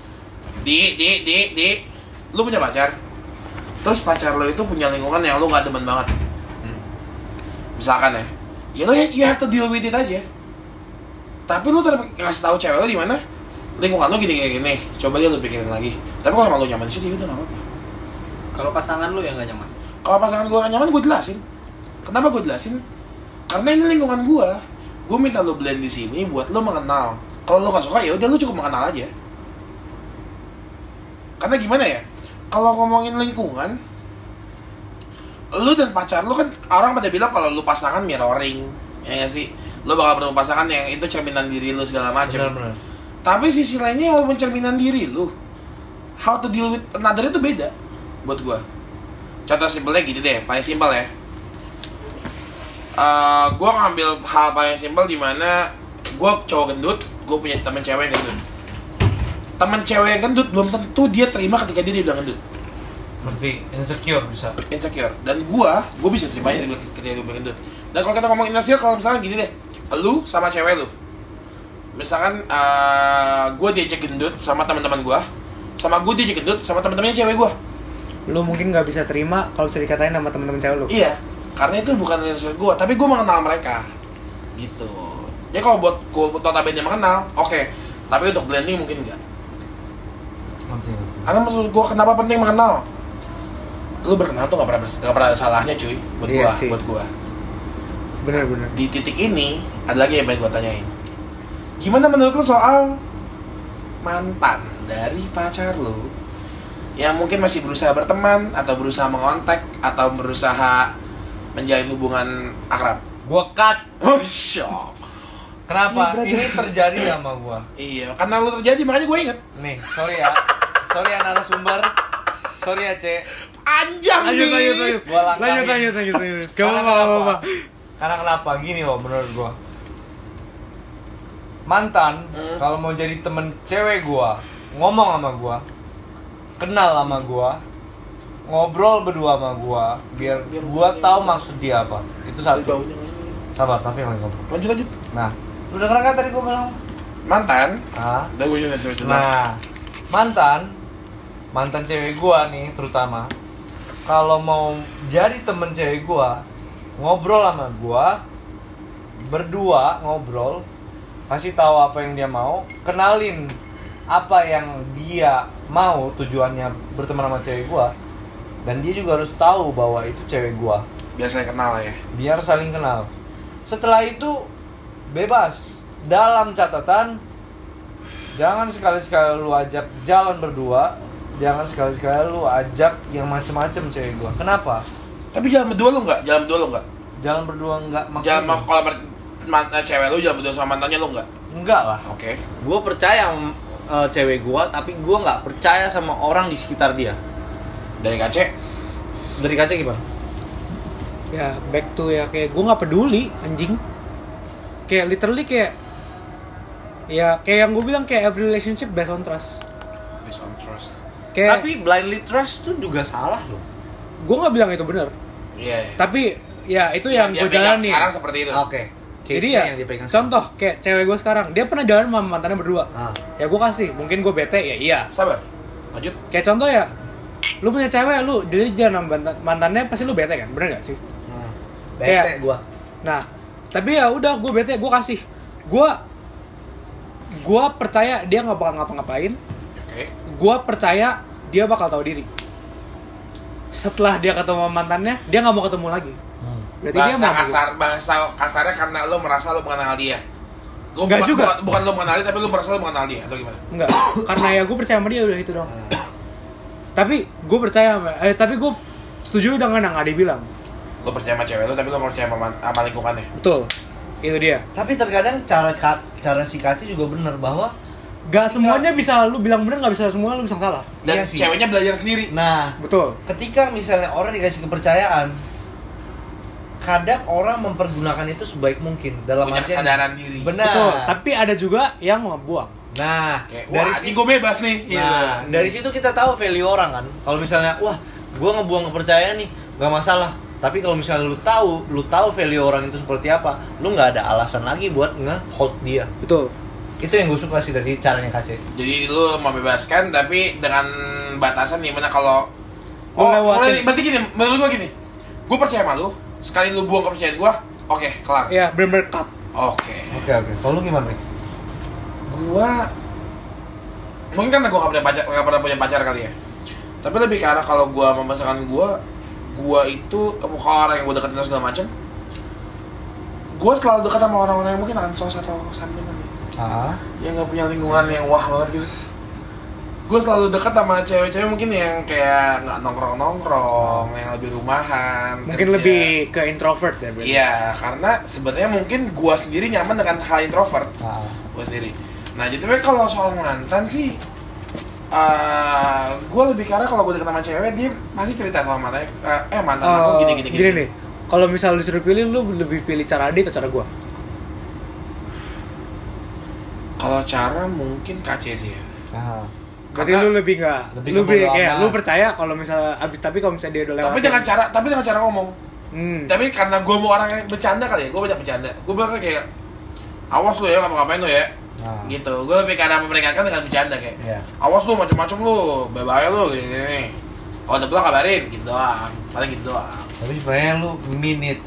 Lu punya pacar. Terus pacar lu itu punya lingkungan yang lu gak demen banget. Misalkan ya lu you have to deal with it aja. Tapi lu tetap kasih tahu cewek lu di mana lingkungan lu gini. Coba dia lu pikirin lagi. Tapi kalau emang lu nyaman di situ, ya udah enggak apa-apa. Kalau pasangan lu yang gak nyaman? Kalau pasangan gue gak nyaman, gue jelasin. Kenapa gue jelasin? Karena ini lingkungan gue. Gue minta lo blend di sini buat lo mengenal. Kalau lo gak suka, ya udah lo cukup mengenal aja. Karena gimana ya? Kalau ngomongin lingkungan, lo dan pacar lo kan orang pada bilang kalau lo pasangan mirroring, ya gak sih? Lo bakal bertemu pasangan yang itu cerminan diri lo segala macam. Benar. Tapi sisi lainnya walaupun cerminan diri lo, how to deal with another itu beda buat gue. Contoh simpelnya gini deh, paling simpel ya. Gue ngambil hal paling simpel dimana gue cowok gendut, gue punya temen cewek yang gendut. Temen cewek yang gendut belum tentu dia terima ketika dia bilang gendut. Ngerti, insecure bisa. Insecure. Dan gue bisa terima aja ketika dia bilang gendut. Dan kalau kita ngomong insecure, kalau misalkan gini deh, lu sama cewek lu, misalkan gue diajak gendut sama teman-teman gue, sama gue diajak gendut sama teman-temannya cewek gue. Lu mungkin nggak bisa terima kalau bisa dikatain sama teman-teman cewek lu. Iya, karena itu bukan relationship gue, tapi gue mengenal mereka, gitu. Ya kalau buat gue notabene mengenal, oke. Tapi untuk blending mungkin enggak. Ngerti. Karena menurut gue kenapa penting mengenal? Lu berkenal tuh nggak pernah ada salahnya cuy, buat Iya gue, sih. buat gue. Bener. Di titik ini ada lagi yang pengen gue tanyain. Gimana menurut lu soal mantan dari pacar lu yang mungkin masih berusaha berteman atau berusaha mengontak atau berusaha menjalin hubungan akrab? Gua cut. Oh, shock. Kenapa? Si Ini terjadi sama gua. Iya, karena lu terjadi makanya gue inget. Nih, sorry ya. Sorry ya narasumber. Sorry ya, Ce. Panjang nih. Lanjut. Gua langkahin. Lanjut. Karena kenapa? Karena kenapa? Gini loh menurut gua. Mantan kalau mau jadi temen cewek gua, ngomong sama gua, kenal sama gua, ngobrol berdua sama gua, biar gua tahu maksud dia apa. Itu satu. Sabar, tapi lagi ngobrol. Lanjut. Nah, lu denger kan tadi gua bilang? Mantan. Nah, Udah gue sudah. Nah, mantan cewek gua nih terutama, kalau mau jadi temen cewek gua, ngobrol sama gua, berdua ngobrol, kasih tahu apa yang dia mau, kenalin apa yang dia mau, tujuannya berteman sama cewek gua, dan dia juga harus tahu bahwa itu cewek gua. Biar saya kenal ya. Biar saling kenal. Setelah itu bebas. Dalam catatan, jangan sekali-sekali lu ajak jalan berdua, jangan sekali-sekali lu ajak yang macem-macem cewek gua. Kenapa? Tapi jalan berdua lu enggak? Jalan Berdua enggak maksudnya. Jangan kalau cewek lu jalan berdua sama mantannya lu enggak? Enggak lah. Oke. Gua percaya sama cewek gua, tapi gua nggak percaya sama orang di sekitar dia. Dari kace? Dari kaca gimana? Ya back to ya kayak gue nggak peduli anjing. Kayak literally kayak yang gue bilang kayak every relationship based on trust. Based on trust. Kayak Tapi blindly trust tuh juga salah loh. gue nggak bilang itu benar. Iya. Tapi ya itu yang gue pegang jalanin. sekarang seperti itu. Oke. Jadi ya contoh kayak cewek gue sekarang dia pernah jalan sama mantannya berdua. Ya gue kasih. Mungkin gue bete ya iya. Sabar. Lanjut. Kayak contoh ya, lu punya cewek lu jadi jalan sama mantannya pasti lu bete kan, bener nggak sih? Bete Kayak- gua. Nah, Tapi ya udah, gue bete, gue kasih. Gue percaya dia nggak bakal ngapa-ngapain. Oke. Gue percaya dia bakal tahu diri. Setelah dia ketemu mantannya, dia nggak mau ketemu lagi. Berarti dia Bahasa kasarnya karena lo merasa lo mengenal dia. Enggak juga. Bukan lo mengenal dia, tapi lo merasa lo mengenal dia atau gimana? Enggak. Karena ya gue percaya sama dia, udah itu dong. Tapi gue percaya tapi gue setuju dengan yang Adi bilang. Lo percaya sama cewek lo, tapi lo percaya sama lingkungannya. Betul. Itu dia. Tapi terkadang cara si Kaci juga benar bahwa Gak semuanya bisa lu bilang bener, gak bisa semua lu bisa salah. Dan iya sih. ceweknya belajar sendiri. Nah, Betul. ketika misalnya orang dikasih kepercayaan, kadang orang mempergunakan itu sebaik mungkin dalam Punya artian- kesadaran diri. Benar. Betul. Tapi ada juga yang membuang. Nah, Kayak, dari wah, ini gue bebas nih. Nah, dari situ kita tahu value orang kan. Kalau misalnya, wah, gue ngebuang kepercayaan nih, nggak masalah. Tapi kalau misalnya lu tahu value orang itu seperti apa, lu nggak ada alasan lagi buat nge-hold dia. Betul. Itu yang gue suka sih dari caranya KC. Jadi lu membebaskan, tapi dengan batasan dimana kalau Melewati. berarti gini, menurut gue gini, gue percaya sama lu, sekali lu buang kepercayaan gue, oke, kelar. Ya, bener-bener cut. Oke. Oke. Kalau lu gimana, Rick? Gua mungkin karena gue gak pernah punya pacar kali ya. Tapi lebih ke arah kalau gue membesarkan gue itu ke orang yang gue deketin segala macam. Gue selalu dekat sama orang-orang yang mungkin ansos atau sambil yang nggak punya lingkungan yang wah banget gitu. Gue selalu dekat sama cewek-cewek mungkin yang kayak nggak nongkrong, yang lebih rumahan. Mungkin kerja. lebih ke introvert ya berarti. Iya, karena sebenarnya mungkin gue sendiri nyaman dengan hal introvert. Gue sendiri. Nah, jadi kalau soal mantan sih, gue lebih karena kalau gue deket sama cewek, dia pasti cerita sama mantannya. Mantan aku gini. Gini nih, kalau misal disuruh pilih, lu lebih pilih cara dia atau cara gue? Kalau cara mungkin KC sih ya. Berarti Karena- lu lebih nggak, Lebih lu ke lebih bodo kayak amat. lu percaya kalau misalnya abis, tapi kalau misalnya dia udah lewat. Tapi dengan cara ngomong. Tapi karena gue mau orang yang bercanda kali ya, gue banyak bercanda. Gue bakal kayak, awas lu ya, ngapain lu ya. Gitu, gue lebih karena memperingatkan dengan bercanda kayak, Iya. awas lu macem-macem lu, bye-bye lu gini. Kalau udah pulang kabarin, gitu doang. Paling gitu doang. Tapi sebenarnya lu minute.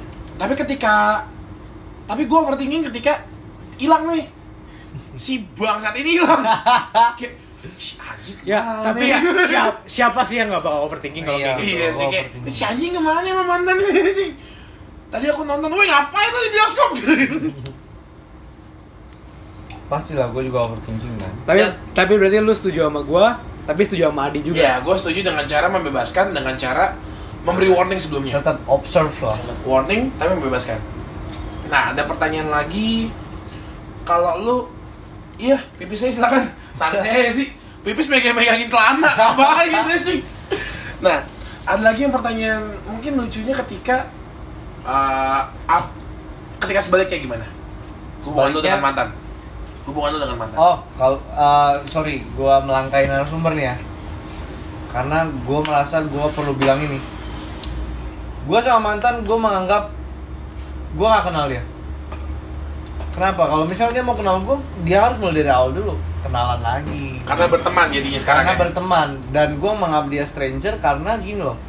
Tapi gue overthinking ketika hilang nih. Si bangsat ini hilang. Kayak, si anjing Ya, kemana tapi ya? ya, siapa sih yang nggak bakal overthinking kalau Iya. kayak gitu? Iya sih, kayak, overthinking. si anjing kemana sama mantan ini anjing? Tadi aku nonton, weh ngapain lu di bioskop? Pastilah gue juga overthinking kan. Tapi berarti lu setuju sama gue, tapi setuju sama Adi juga. Ya, gue setuju dengan cara membebaskan, dengan cara memberi warning sebelumnya. Tetap observe lah. Warning, tapi membebaskan. Nah, ada pertanyaan lagi. Kalau lu, iya, pipis saya silakan. Santai aja sih. Pipis megangin celana, apa gitu anjing. Nah, ada lagi yang pertanyaan mungkin lucunya ketika ketika sebaliknya gimana? Hubungan lu Sebaliknya- dengan mantan. Hubungan lu dengan mantan. Oh, kalau sorry, gue melangkahi narasumber nih ya. Karena gue merasa gue perlu bilang ini. Gue sama mantan, gue menganggap gue gak kenal dia. Kenapa? Kalau misalnya dia mau kenal gue, dia harus mulai dari awal dulu, kenalan lagi. Karena berteman jadinya sekarang Karena ya? berteman, dan gue menganggap dia stranger karena gini loh.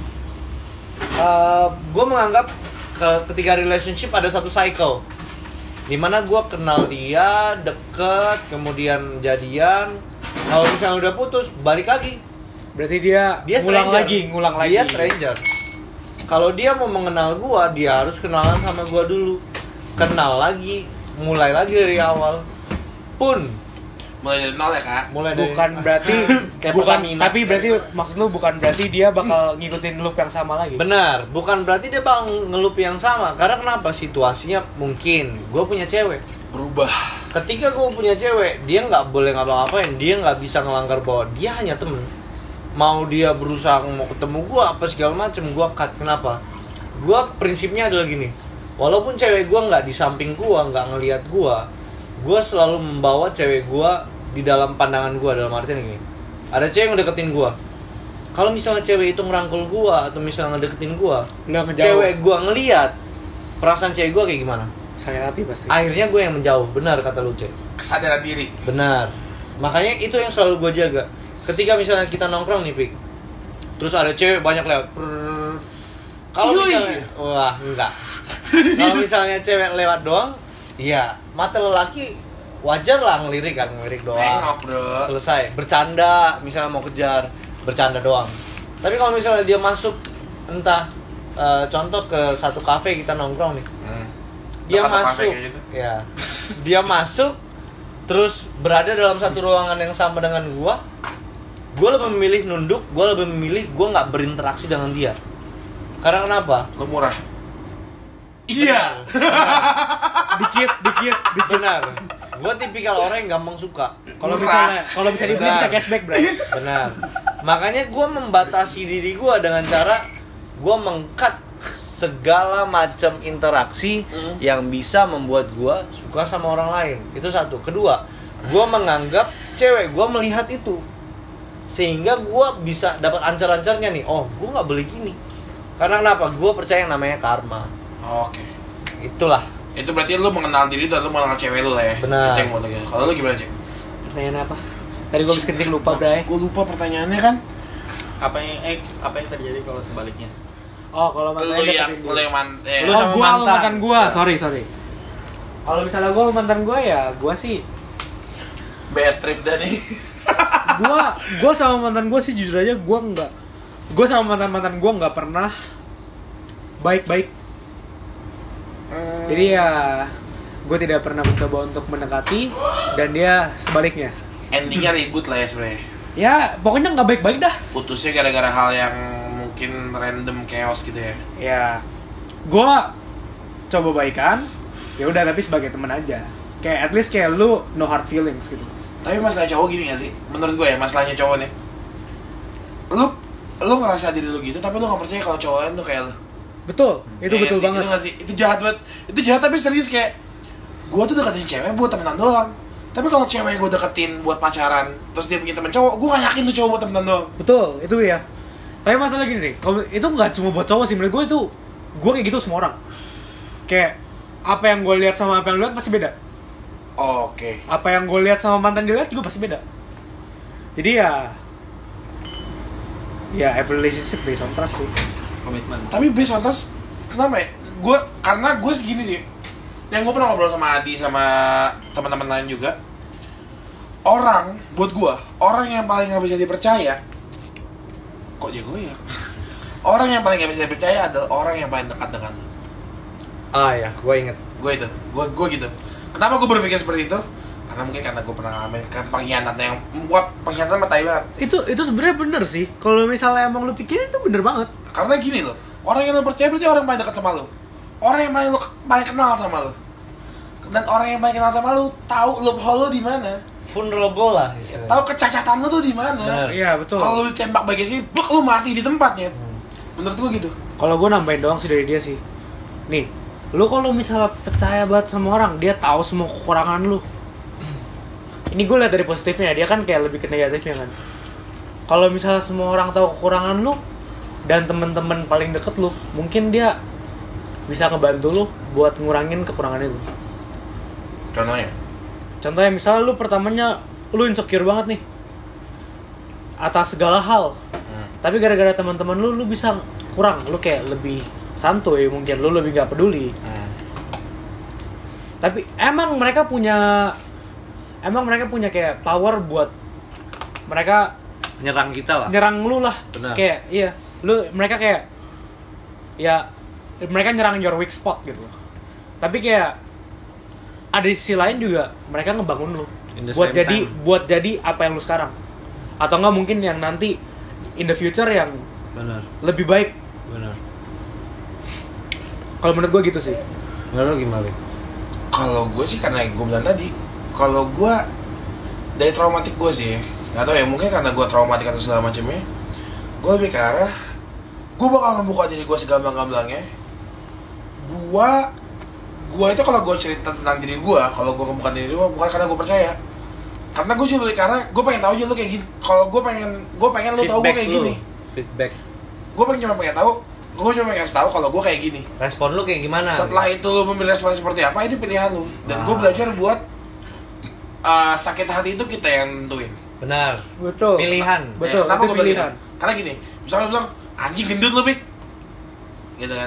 Gue menganggap ketika relationship ada satu cycle, dimana gue kenal dia, deket, kemudian jadian. Kalau misalnya udah putus, balik lagi. Berarti dia ngulang stranger. lagi. Dia stranger. Kalau dia mau mengenal gue, dia harus kenalan sama gue dulu. Kenal lagi, mulai lagi dari awal. Pun Mulai dari nol ya kak? mulai dari Bukan berarti Kayak bukan, Pertamina. tapi berarti maksud lu bukan berarti dia bakal ngikutin loop yang sama lagi. Benar, bukan berarti dia bakal ngelup yang sama. Karena kenapa? Situasinya mungkin gue punya cewek. Berubah. Ketika gue punya cewek, dia nggak boleh ngapa-ngapain. Dia nggak bisa ngelanggar bahwa dia hanya temen. Mau dia berusaha mau ketemu gue apa segala macem, gue cut. Kenapa? Gue prinsipnya adalah gini. Walaupun cewek gue nggak di samping gue, nggak ngelihat gue selalu membawa cewek gue di dalam pandangan gue. Dalam artian gini, ada cewek yang deketin gue. Kalau misalnya cewek itu ngerangkul gue atau misalnya ngedeketin gue, Nggak ngejauh. cewek gue ngelihat perasaan cewek gue kayak gimana? Sakit hati pasti. Akhirnya gue yang menjauh. Benar kata lu, Cek. Kesadaran diri. Benar. Makanya itu yang selalu gue jaga. Ketika misalnya kita nongkrong nih, Pik, terus ada cewek banyak lewat. Kalau Ciuy. misalnya, wah enggak. Kalau misalnya cewek lewat doang, iya, mata lelaki wajar lah ngelirik doang. Nengok, bro. Selesai. Bercanda, misalnya mau kejar, bercanda doang. Tapi kalau misalnya dia masuk entah contoh ke satu kafe kita nongkrong nih. Dia Dekat masuk. kafe kayak gitu. Ya. Dia masuk terus berada dalam satu ruangan yang sama dengan gua lebih memilih nunduk, gua lebih memilih gua nggak berinteraksi dengan dia. Karena kenapa? Lu murah. Iya. dikit Benar. Gua tipikal orang yang gampang suka. kalau Murah. bisa dibeli Benar. bisa cashback, bro. Benar. Makanya gua membatasi diri gua dengan cara gua meng-cut segala macam interaksi yang bisa membuat gua suka sama orang lain. Itu satu. Kedua, gua menganggap cewek gua melihat itu. Sehingga gua bisa dapat ancar-ancarnya nih. Oh, gua nggak boleh gini. Karena kenapa? Gua percaya yang namanya karma. Oke. Itulah. Itu berarti lu mengenal diri dan lu mengenal cewek lu lah ya. Benar. Itu yang mau tanya. Kalau lu gimana, Cek? Pertanyaan apa? Tadi gue habis kencing lupa, Bray. Gue lupa pertanyaannya kan. Apa yang terjadi kalau sebaliknya? Oh, kalau Lu mantannya yang Lu sama gua sama mantan. mantan gua. Sorry. Kalau misalnya gua sama mantan gua ya, gua sih bad trip dah nih. gua sama mantan gua sih jujur aja gua sama mantan gua nggak pernah baik-baik. Jadi ya gua tidak pernah mencoba untuk mendekati dan dia sebaliknya. Endingnya ribut lah ya sebenarnya. Ya pokoknya nggak baik-baik dah. Putusnya gara-gara hal yang mungkin random chaos gitu ya. Ya gua coba baikan, ya udah tapi sebagai teman aja. Kayak at least kayak lu no hard feelings gitu. Tapi masalah cowok gini gak sih? Menurut gue ya, masalahnya cowok nih. Lu ngerasa diri lu gitu, tapi lu gak percaya kalau cowok lain tuh kayak lu. Betul, itu Ya betul sih? banget. Itu gak sih? Itu jahat banget. Itu jahat tapi serius kayak gue tuh deketin cewek buat temenan doang. Tapi kalau cewek gue deketin buat pacaran, terus dia punya temen cowok, gue gak yakin tuh cowok buat temenan doang. Betul, itu ya. Tapi masalah gini nih, kalau itu nggak cuma buat cowok sih, menurut gue itu, gue kayak gitu semua orang. Kayak apa yang gue lihat sama apa yang lu lihat pasti beda. Oke. Apa yang gue lihat sama mantan dia lihat juga pasti beda. Jadi ya every relationship based on trust sih. Komitmen. Tapi based on trust, kenapa ya? Karena gue segini sih. Yang gue pernah ngobrol sama Adi sama teman-teman lain juga. Orang yang paling gak bisa dipercaya. Kok dia gue ya? Orang yang paling gak bisa dipercaya adalah orang yang paling dekat dengan lo. Ah ya, gue inget. Gue gitu. Kenapa gue berpikir seperti itu? Karena gue pernah ngalamin pengkhianatan yang membuat pengkhianatan sama Thailand. Itu sebenarnya bener sih. Kalau misalnya emang lu pikirin itu bener banget. Karena gini loh, orang yang lo percaya berarti orang yang paling dekat sama lo. Orang yang paling kenal sama lo. Dan orang yang paling kenal sama lo tahu loophole lo di mana. Vulnerable lah. Tahu kecacatan lo tuh di mana. Bener. Iya betul. Kalau lu ditembak bagian sini, blok lu mati di tempatnya. Menurut gue gitu. Kalau gue nambahin doang sih dari dia sih. Nih, lu kalau misalnya percaya banget sama orang, dia tahu semua kekurangan lu. Ini gue lihat dari positifnya, dia kan kayak lebih ke negatifnya kan. Kalau misalnya semua orang tahu kekurangan lu dan temen-temen paling deket lu, mungkin dia bisa ngebantu lu buat ngurangin kekurangan itu. Contohnya misalnya lu pertamanya lu insecure banget nih atas segala hal. Tapi gara-gara teman-teman lu bisa kurang, lu kayak lebih santuy, mungkin lu lebih nggak peduli. Tapi emang mereka punya kayak power buat mereka Nyerang kita lah. nyerang lu lah. Benar. Kayak iya, mereka kayak ya mereka nyerang your weak spot gitu. Tapi kayak ada di sisi lain juga mereka ngebangun lu In the buat same jadi time. buat jadi apa yang lu sekarang. Atau enggak mungkin yang nanti in the future yang Benar. lebih baik. Benar. Kalau menurut gue gitu sih. Menurut lu gimana? Kalau gue sih karena gue bilang tadi, kalau gue dari traumatik gue sih, nggak tahu ya, mungkin karena gue traumatik atau segala macamnya, gue lebih ke arah gue bakal ngebuka diri gue segamblang-gamblangnya. Gue itu kalau gue cerita tentang diri gue, kalau gue ngebuka diri gue bukan karena gue percaya, karena gue juga lebih karena gue pengen tahu aja lu kayak gini. Kalau gue pengen lu tahu gue kayak gini. Feedback. Gue cuma pengen tahu, gue cuma pengen tahu kalau gue kayak gini. Respon lu kayak gimana? Setelah itu lu memberi respon seperti apa, itu pilihan lu. Dan gue belajar buat sakit hati itu kita yang nentuin. Benar. Betul. Pilihan. Betul, Kenapa itu gue bilang pilihan. gitu? Karena gini, misalnya lu bilang anjing gendut lu, Pik, gitu kan.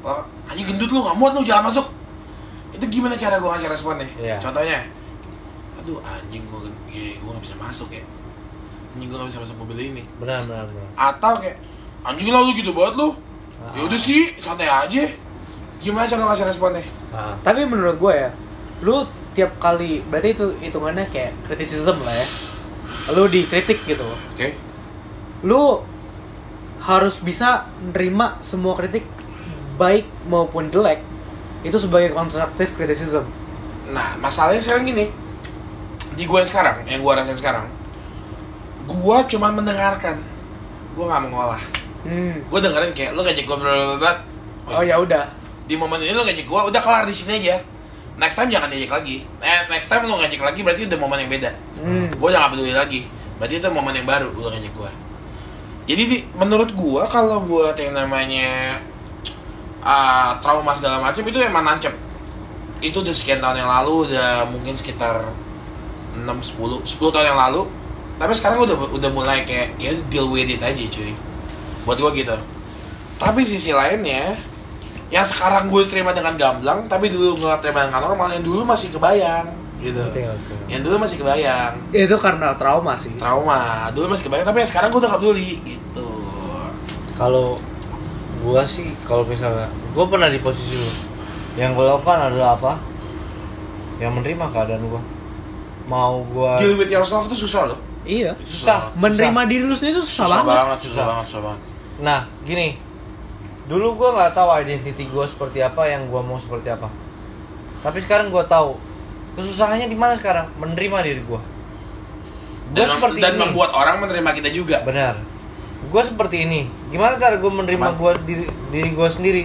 oh, anjing gendut lu, nggak muat lu, jangan masuk. Itu gimana cara gue ngasih responnya? Contohnya, aduh anjing gue nggak bisa masuk ya, anjing gue nggak bisa masuk mobil ini. Benar. Atau kayak anjing lah lu gitu banget lu, ya udah sih santai aja. Gimana cara ngasih responnya? Tapi menurut gue ya, lu tiap kali, berarti itu hitungannya kayak criticism lah ya. Lu dikritik gitu. Oke. Lu harus bisa nerima semua kritik baik maupun jelek itu sebagai constructive criticism. Nah, masalahnya sekarang gini. Di gue yang sekarang, yang gue rasain sekarang, gue cuma mendengarkan. Gue gak mengolah. Gue dengerin kayak lu ngajak gue blablabla. Oh ya udah. Di momen ini lu ngajak gue, udah kelar di sini aja. Next time jangan diajak lagi. Next time lu ngajak lagi berarti udah momen yang beda. Gue udah gak peduli lagi. Berarti itu momen yang baru lu ngajak gue. Jadi menurut gue kalau buat yang namanya trauma segala macam itu emang nancep. Itu udah sekian tahun yang lalu, udah mungkin sekitar 10 tahun yang lalu. Tapi sekarang udah mulai kayak ya deal with it aja cuy. Buat gue gitu. Tapi sisi lainnya, yang sekarang gue terima dengan gamblang, tapi dulu gue terima dengan normal, yang dulu masih kebayang gitu. Yang dulu masih kebayang. Itu karena trauma sih. Trauma, dulu masih kebayang, tapi yang sekarang gue udah gak peduli gitu. Kalau gua sih, kalau misalnya gua pernah di posisi lu, yang gua lakukan adalah apa? Yang menerima keadaan gua. Mau gua Deal with yourself itu susah loh. Iya. Susah. Menerima diri lu sendiri itu susah banget. Susah banget. Nah, gini. Dulu gua nggak tahu identiti gua seperti apa, yang gua mau seperti apa. Tapi sekarang gua tahu. Kesusahannya di mana sekarang? Menerima diri gua. Gua seperti dan ini. Membuat orang menerima kita juga. Benar. Gue seperti ini. Gimana cara gue menerima diri gue sendiri?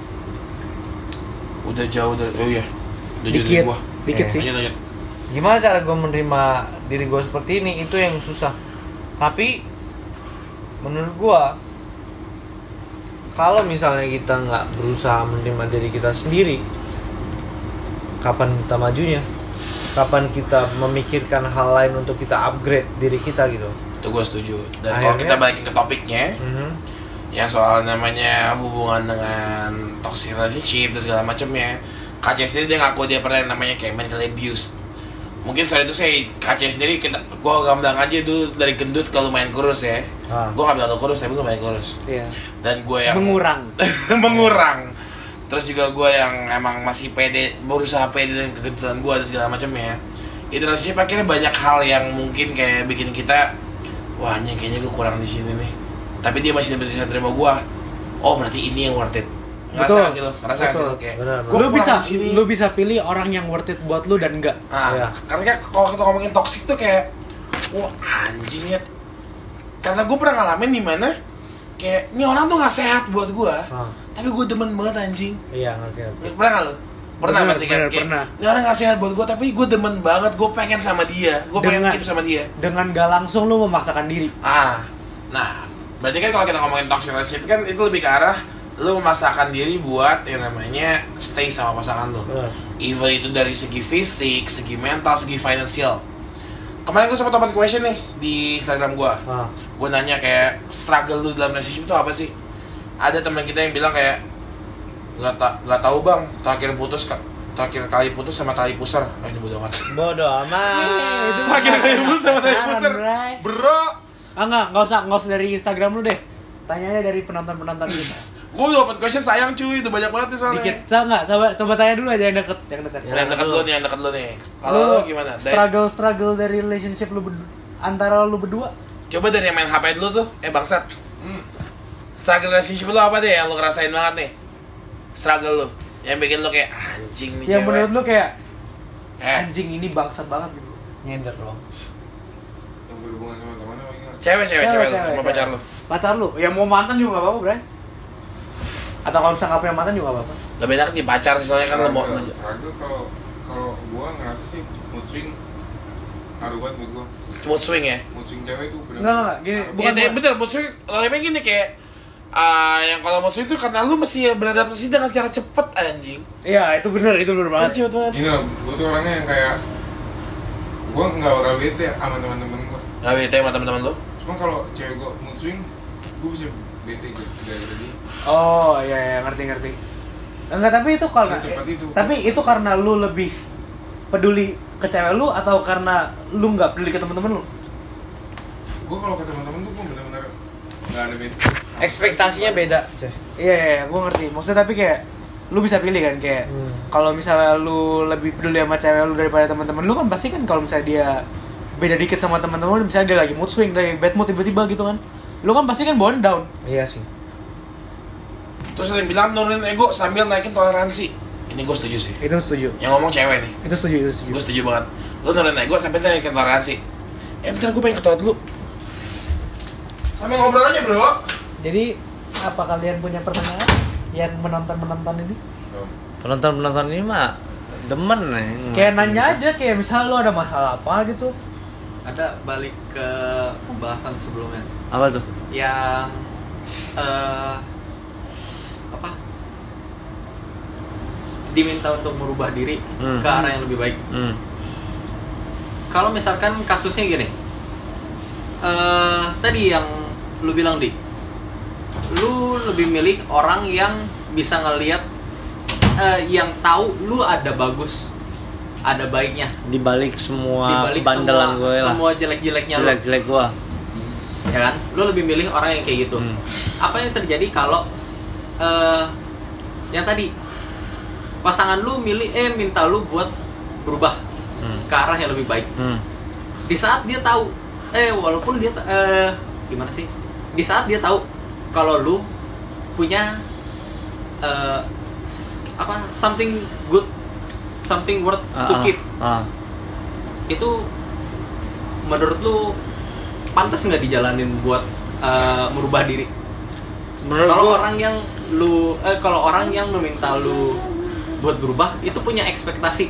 Udah jauh dari, oh iya, udah jauh Dikit, dari gua. dikit sih. Lanjut. Gimana cara gue menerima diri gue seperti ini? Itu yang susah. Tapi menurut gue, kalau misalnya kita nggak berusaha menerima diri kita sendiri, kapan kita majunya? Kapan kita memikirkan hal lain untuk kita upgrade diri kita gitu? Itu gue setuju. Dan kalau kita balikin ke topiknya, yang soal namanya hubungan dengan toxic relationship dan segala macamnya, KC sendiri dia ngaku dia pernah namanya kayak mental abuse. Mungkin soal itu KC sendiri gue gamblang aja dulu dari gendut ke lumayan kurus ya. Gue gak bilang kurus tapi lumayan kurus. Iya. Dan gue yang mengurang. Terus juga gue yang emang masih berusaha pede dengan kegendutan gue dan segala macamnya. Itu relationship akhirnya banyak hal yang mungkin kayak bikin kita, wah kayaknya gue kurang di sini nih. Tapi dia masih bisa terima gue. Oh berarti ini yang worth it. Ngerasa sih lo? Kayak lu bisa pilih orang yang worth it buat lu dan enggak. Karena kalau kita ngomongin toxic tuh kayak, wah anjing ya. Karena gue pernah ngalamin di mana kayak ini orang tuh nggak sehat buat gue. Tapi gue demen banget anjing. Iya ngerti. Pernah nggak lo? Pernah pasti kan? Pernah. Ini orang nggak sehat buat gue, tapi gue demen banget. Gue pengen sama dia. Gue pengen keep sama dia. Dengan gak langsung lu memaksakan diri. Nah, berarti kan kalau kita ngomongin toxic relationship kan itu lebih ke arah lu memaksakan diri buat yang namanya stay sama pasangan lu. Even itu dari segi fisik, segi mental, segi financial. Kemarin gue sempat open question nih di Instagram gue. Gue nanya kayak struggle lu dalam relationship itu apa sih? Ada teman kita yang bilang kayak nggak tahu bang, terakhir kali putus sama tali pusar. Ini bodo amat. Terakhir kali putus sama tali pusar, bro. Nggak usah dari Instagram lu deh. Tanya aja dari penonton kita. Gue udah open question sayang cuy, itu banyak banget nih soalnya. Dikit, coba tanya dulu aja yang deket. Yang deket lu nih. Kalau lu gimana? Struggle dari relationship lu antara lu berdua. Coba dari yang main HP dulu tuh, bangsat. Struggle relationship lu apa deh yang lu ngerasain banget nih? Struggle lu, yang bikin lu kayak anjing nih yang cewek. menurut lu kayak anjing ini bangsat banget gitu. Nyender doang. Yang berhubungan sama temannya apa enggak? Cewek lu, sama pacar lu. Pacar lu, ya mau mantan juga gak apa-apa, Bray. Atau kalau misalnya gak punya mantan juga gak apa-apa. Lebih enak di pacar sih, soalnya kan lu mau Struggle kalau gua ngerasa sih mood swing ngaruh banget buat gua. mood swing ya? Mood swing cewek tuh Enggak, gini, bukan bener, mood swing, lemnya gini kayak yang kalau mood swing itu karena lu mesti beradaptasi dengan cara cepet anjing. Iya, itu bener banget. Cepet banget. Ini gua tuh orangnya yang kayak gua nggak bakal bete sama teman-teman gua. Gak bete sama teman-teman lu? Cuma kalau cewek gua mood swing, gua bisa bete gitu dari dia. Oh, iya, ngerti. Enggak, tapi itu karena Secepat itu. tapi itu karena lu lebih peduli ke cewek lu atau karena lu nggak peduli ke temen-temen lu? Gue kalau ke teman-teman tuh gue benar-benar nggak ada beda. Ekspektasinya beda, Ceh. Iya, gue ngerti. Maksudnya tapi kayak lu bisa pilih kan kayak kalau misalnya lu lebih peduli sama cewek lu daripada teman-teman lu kan pasti kan kalau misalnya dia beda dikit sama teman-teman lu, misalnya dia lagi mood swing, lagi bad mood tiba-tiba gitu kan. Lu kan pasti kan bawain down. Iya sih. Terus ada yang bilang nurunin ego sambil naikin toleransi. Ini gue setuju sih. Itu setuju. Yang ngomong cewek nih. Itu setuju. Gue setuju banget. Lu nurunin ego sampai naikin toleransi. Bentar gue pengen ketawa dulu. Sambil ngobrol aja bro. Jadi apa kalian punya pertanyaan yang menonton ini? Penonton ini mah demen nih. Kayak nanya aja kayak misal lu ada masalah apa gitu. Ada balik ke pembahasan sebelumnya Apa tuh? yang apa? Diminta untuk merubah diri ke arah yang lebih baik. Kalau misalkan kasusnya gini, tadi yang lu bilang lu lebih milih orang yang bisa ngelihat, yang tahu lu ada bagus, ada baiknya Di balik semua dibalik bandelan gue lah. semua jelek-jeleknya lu. Jelek-jelek gue. Ya kan, lu lebih milih orang yang kayak gitu. Apa yang terjadi kalau yang tadi pasangan lu minta lu buat berubah ke arah yang lebih baik. Di saat dia tahu walaupun dia gimana sih, di saat dia tahu kalau lu punya something good, something worth to keep, itu menurut lu pantas nggak dijalanin buat merubah diri? Menurut Kalau gue orang yang meminta lu buat berubah itu punya ekspektasi.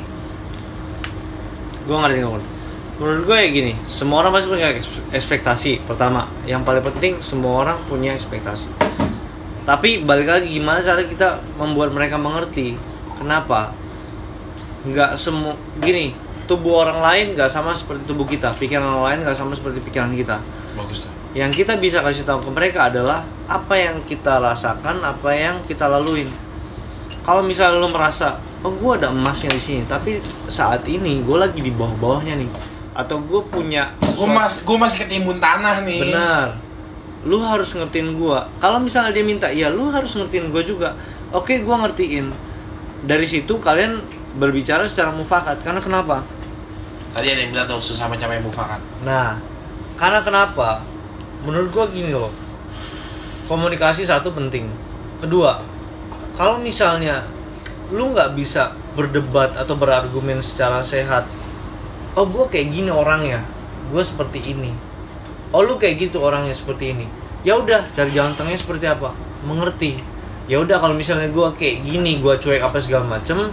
gue ngerti. Menurut gue ya gini, semua orang pasti punya ekspektasi. Pertama, yang paling penting semua orang punya ekspektasi. Tapi balik lagi gimana cara kita membuat mereka mengerti. Kenapa? Nggak semua gini, tubuh orang lain nggak sama seperti tubuh kita, pikiran orang lain nggak sama seperti pikiran kita. Bagus tuh. Yang kita bisa kasih tahu ke mereka adalah apa yang kita rasakan, apa yang kita laluin. Kalau misalnya lo merasa, oh gue ada emasnya di sini, tapi saat ini gue lagi di bawah-bawahnya nih, atau gue punya Gue masih ketimbun tanah nih. benar, lu harus ngertiin gue. Kalau misalnya dia minta, ya lu harus ngertiin gue juga. Oke, gue ngertiin. Dari situ kalian berbicara secara mufakat. Karena kenapa? Tadi ada yang bilang tuh susah mencapai mufakat. Nah, karena kenapa? Menurut gue gini loh, komunikasi satu penting. Kedua, kalau misalnya lu nggak bisa berdebat atau berargumen secara sehat, oh gue kayak gini orangnya, gue seperti ini, oh lu kayak gitu orangnya seperti ini, ya udah cari jalan tengahnya seperti apa, mengerti. Ya udah kalau misalnya gue kayak gini, gue cuek apa segala macem,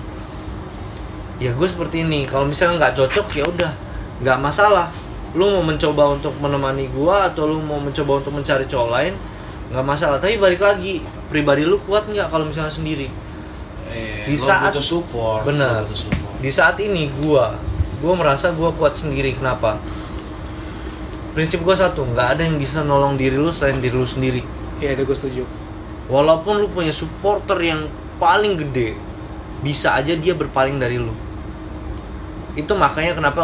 ya gue seperti ini. Kalau misalnya nggak cocok, ya udah nggak masalah. Lu mau mencoba untuk menemani gue atau lu mau mencoba untuk mencari cowok lain, nggak masalah. Tapi balik lagi, pribadi lu kuat nggak kalau misalnya sendiri? Di saat butuh support. bener, Butuh support. di saat ini gue merasa gue kuat sendiri. Kenapa? Prinsip gue satu, nggak ada yang bisa nolong diri lu selain diri lu sendiri. Iya, itu gue setuju. Walaupun lu punya supporter yang paling gede, bisa aja dia berpaling dari lu. Itu makanya kenapa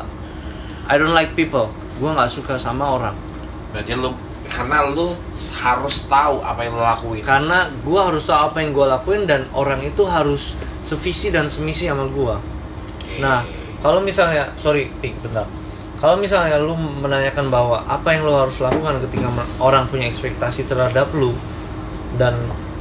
I don't like people. Gue nggak suka sama orang. Berarti karena lu harus tahu apa yang lu lakuin. Karena gue harus tahu apa yang gue lakuin dan orang itu harus sevisi dan semisi sama gue. Nah, kalau misalnya, bentar. Kalau misalnya lu menanyakan bahwa apa yang lu harus lakukan ketika orang punya ekspektasi terhadap lu dan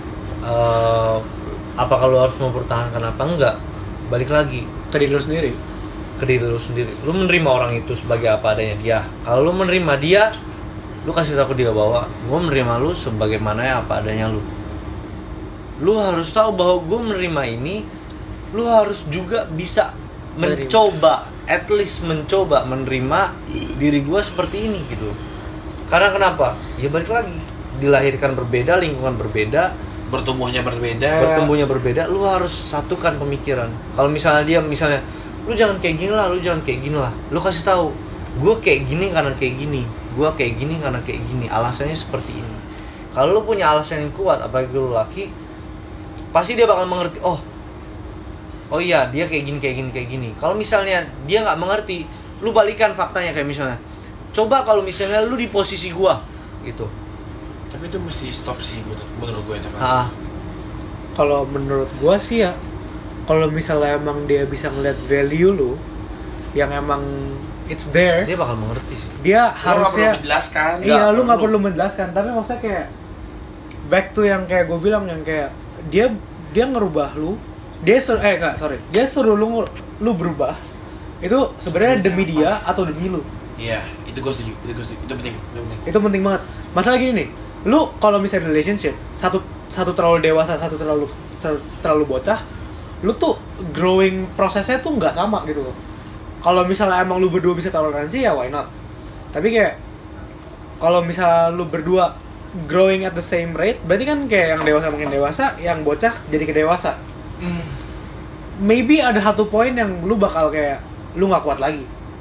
apakah lu harus mempertahankan apa enggak, balik lagi Ke diri lu sendiri. ke diri lu sendiri. Lu menerima orang itu sebagai apa adanya dia. Kalau lu menerima dia, lu kasih tahu ke dia bahwa gue menerima lu sebagaimana ya apa adanya lu. Lu harus tahu bahwa gue menerima ini. Lu harus juga bisa mencoba, at least mencoba menerima diri gue seperti ini gitu. Karena kenapa? Ya balik lagi, dilahirkan berbeda, lingkungan berbeda, bertumbuhnya berbeda. Lu harus satukan pemikiran. Kalau misalnya lu jangan kayak gini lah, lu kasih tahu, gue kayak gini karena kayak gini, gue kayak gini karena kayak gini, alasannya seperti ini. Kalau lu punya alasan yang kuat, apalagi lu laki, pasti dia bakal mengerti. Oh iya, dia kayak gini. Kalau misalnya dia nggak mengerti, lu balikan faktanya, kayak misalnya, coba kalau misalnya lu di posisi gua gitu. Tapi itu mesti stop sih menurut gue teman. Kalau menurut gua sih ya, kalau misalnya emang dia bisa ngeliat value lu yang emang it's there, Dia bakal mengerti sih. dia Lu nggak harusnya perlu menjelaskan. iya, lu nggak perlu. perlu menjelaskan, tapi maksudnya kayak back to yang kayak gue bilang, yang kayak dia ngerubah lu, dia suruh lu berubah. Itu sebenarnya demi dia atau demi lu. Iya, itu gue setuju. Itu penting. Itu penting banget. Masalah gini nih, lu kalau misalnya relationship, satu terlalu dewasa, satu terlalu bocah, lu tuh growing prosesnya tuh nggak sama gitu loh. Kalau misalnya emang lu berdua bisa toleransi, ya why not. Tapi kayak kalau misalnya lu berdua growing at the same rate, berarti kan kayak yang dewasa makin dewasa, yang bocah jadi kedewasa. Maybe ada satu poin yang lu bakal kayak lu nggak kuat lagi.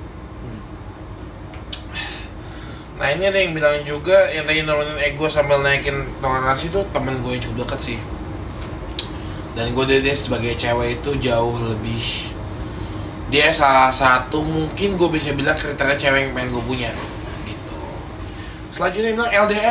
Nah ini ada yang bilang juga, yang tadi nurunin ego sambil naikin toleransi itu temen gue yang cukup deket sih. Dan gue dia sebagai cewek itu jauh lebih, dia salah satu mungkin gue bisa bilang kriteria cewek yang pengen gue punya gitu. Selanjutnya dia bilang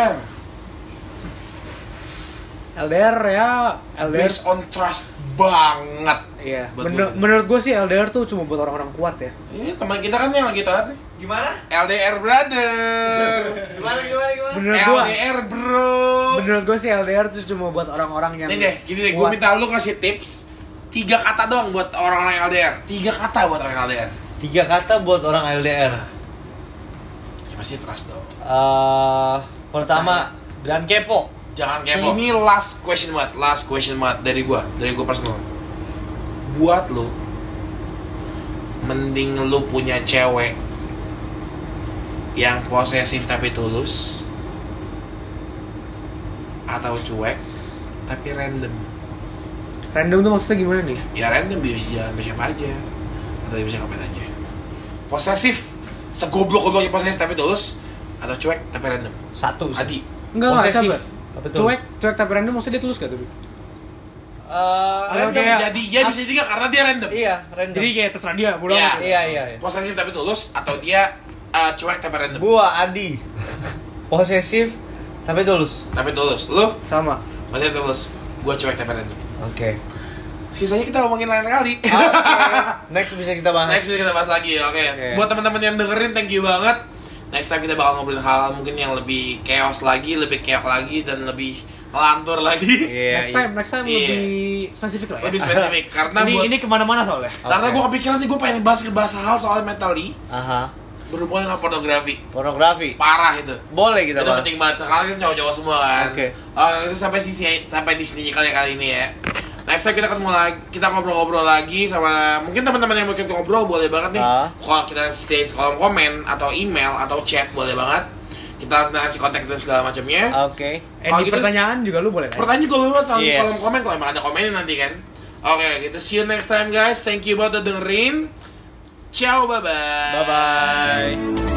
LDR Based on trust banget. Iya. Buat gue. Menurut gue sih LDR tuh cuma buat orang-orang kuat ya. Ini teman kita kan yang lagi telat nih. Gimana? LDR brother. Gimana? LDR bro. Menurut gue sih LDR tuh cuma buat orang-orang yang Ini deh, gini deh, gue kuat. minta lu kasih tips 3 kata doang buat orang-orang LDR. 3 kata buat orang LDR. 3 kata buat orang LDR. Ya pasti trust dong. Pertama, jangan kepo. Jangan kepo. Ini last question banget dari gua personal. Buat lu, mending lu punya cewek yang posesif tapi tulus, atau cuek tapi random. Random tuh maksudnya gimana nih? Ya random, dia bisa jalan sama siapa aja, atau dia bisa ngapain aja. Posesif, segoblok-gobloknya posesif tapi tulus, atau cuek tapi random. Satu sih. Adi. Enggak, Posesif sabar. tapi tulus. Cuek tapi random maksudnya dia tulus gak tuh? Random kayak- jadi ya bisa juga karena dia random. Iya, random. Jadi kayak terserah dia, bodo Iya. amat. Iya. Posesif tapi tulus, atau dia cuek tapi random. Gua Adi. Posesif tapi tulus. Tapi tulus. Lu Sama. masih tulus. Gua cuek tapi random. Oke. Sisanya kita ngomongin lain kali. Next bisa kita bahas. Next kita bahas lagi. Oke. Oke. Buat teman-teman yang dengerin, thank you banget. Next time kita bakal ngobrolin hal mungkin yang lebih chaos lagi, lebih keok lagi, dan lebih melantur lagi. Iya. Next time Iya. lebih spesifik lah ya. Lebih spesifik karena ini kemana-mana soalnya. karena Oke. gue kepikiran nih, gue pengen bahas hal soal mentally Aha. berhubungan dengan pornografi. Pornografi. Parah itu. Boleh kita Itu bahas. penting banget. Kalian kan cowok-cowok semua kan. Oke. Itu sampai di sini kali ini ya. Next time kita ketemu lagi, kita ngobrol-ngobrol lagi sama mungkin teman-teman yang mau ikut ngobrol, boleh banget nih. Kalau kita stay di kolom komen atau email atau chat boleh banget. Kita kasih kontak dan segala macamnya. Oke. Kalau Di gitu, pertanyaan juga lu boleh nanya. pertanyaan juga boleh banget di Yes. kolom komen kalau emang ada komennya nanti kan. Oke, gitu. See you next time guys. Thank you buat udah dengerin. Ciao, bye-bye. Bye bye.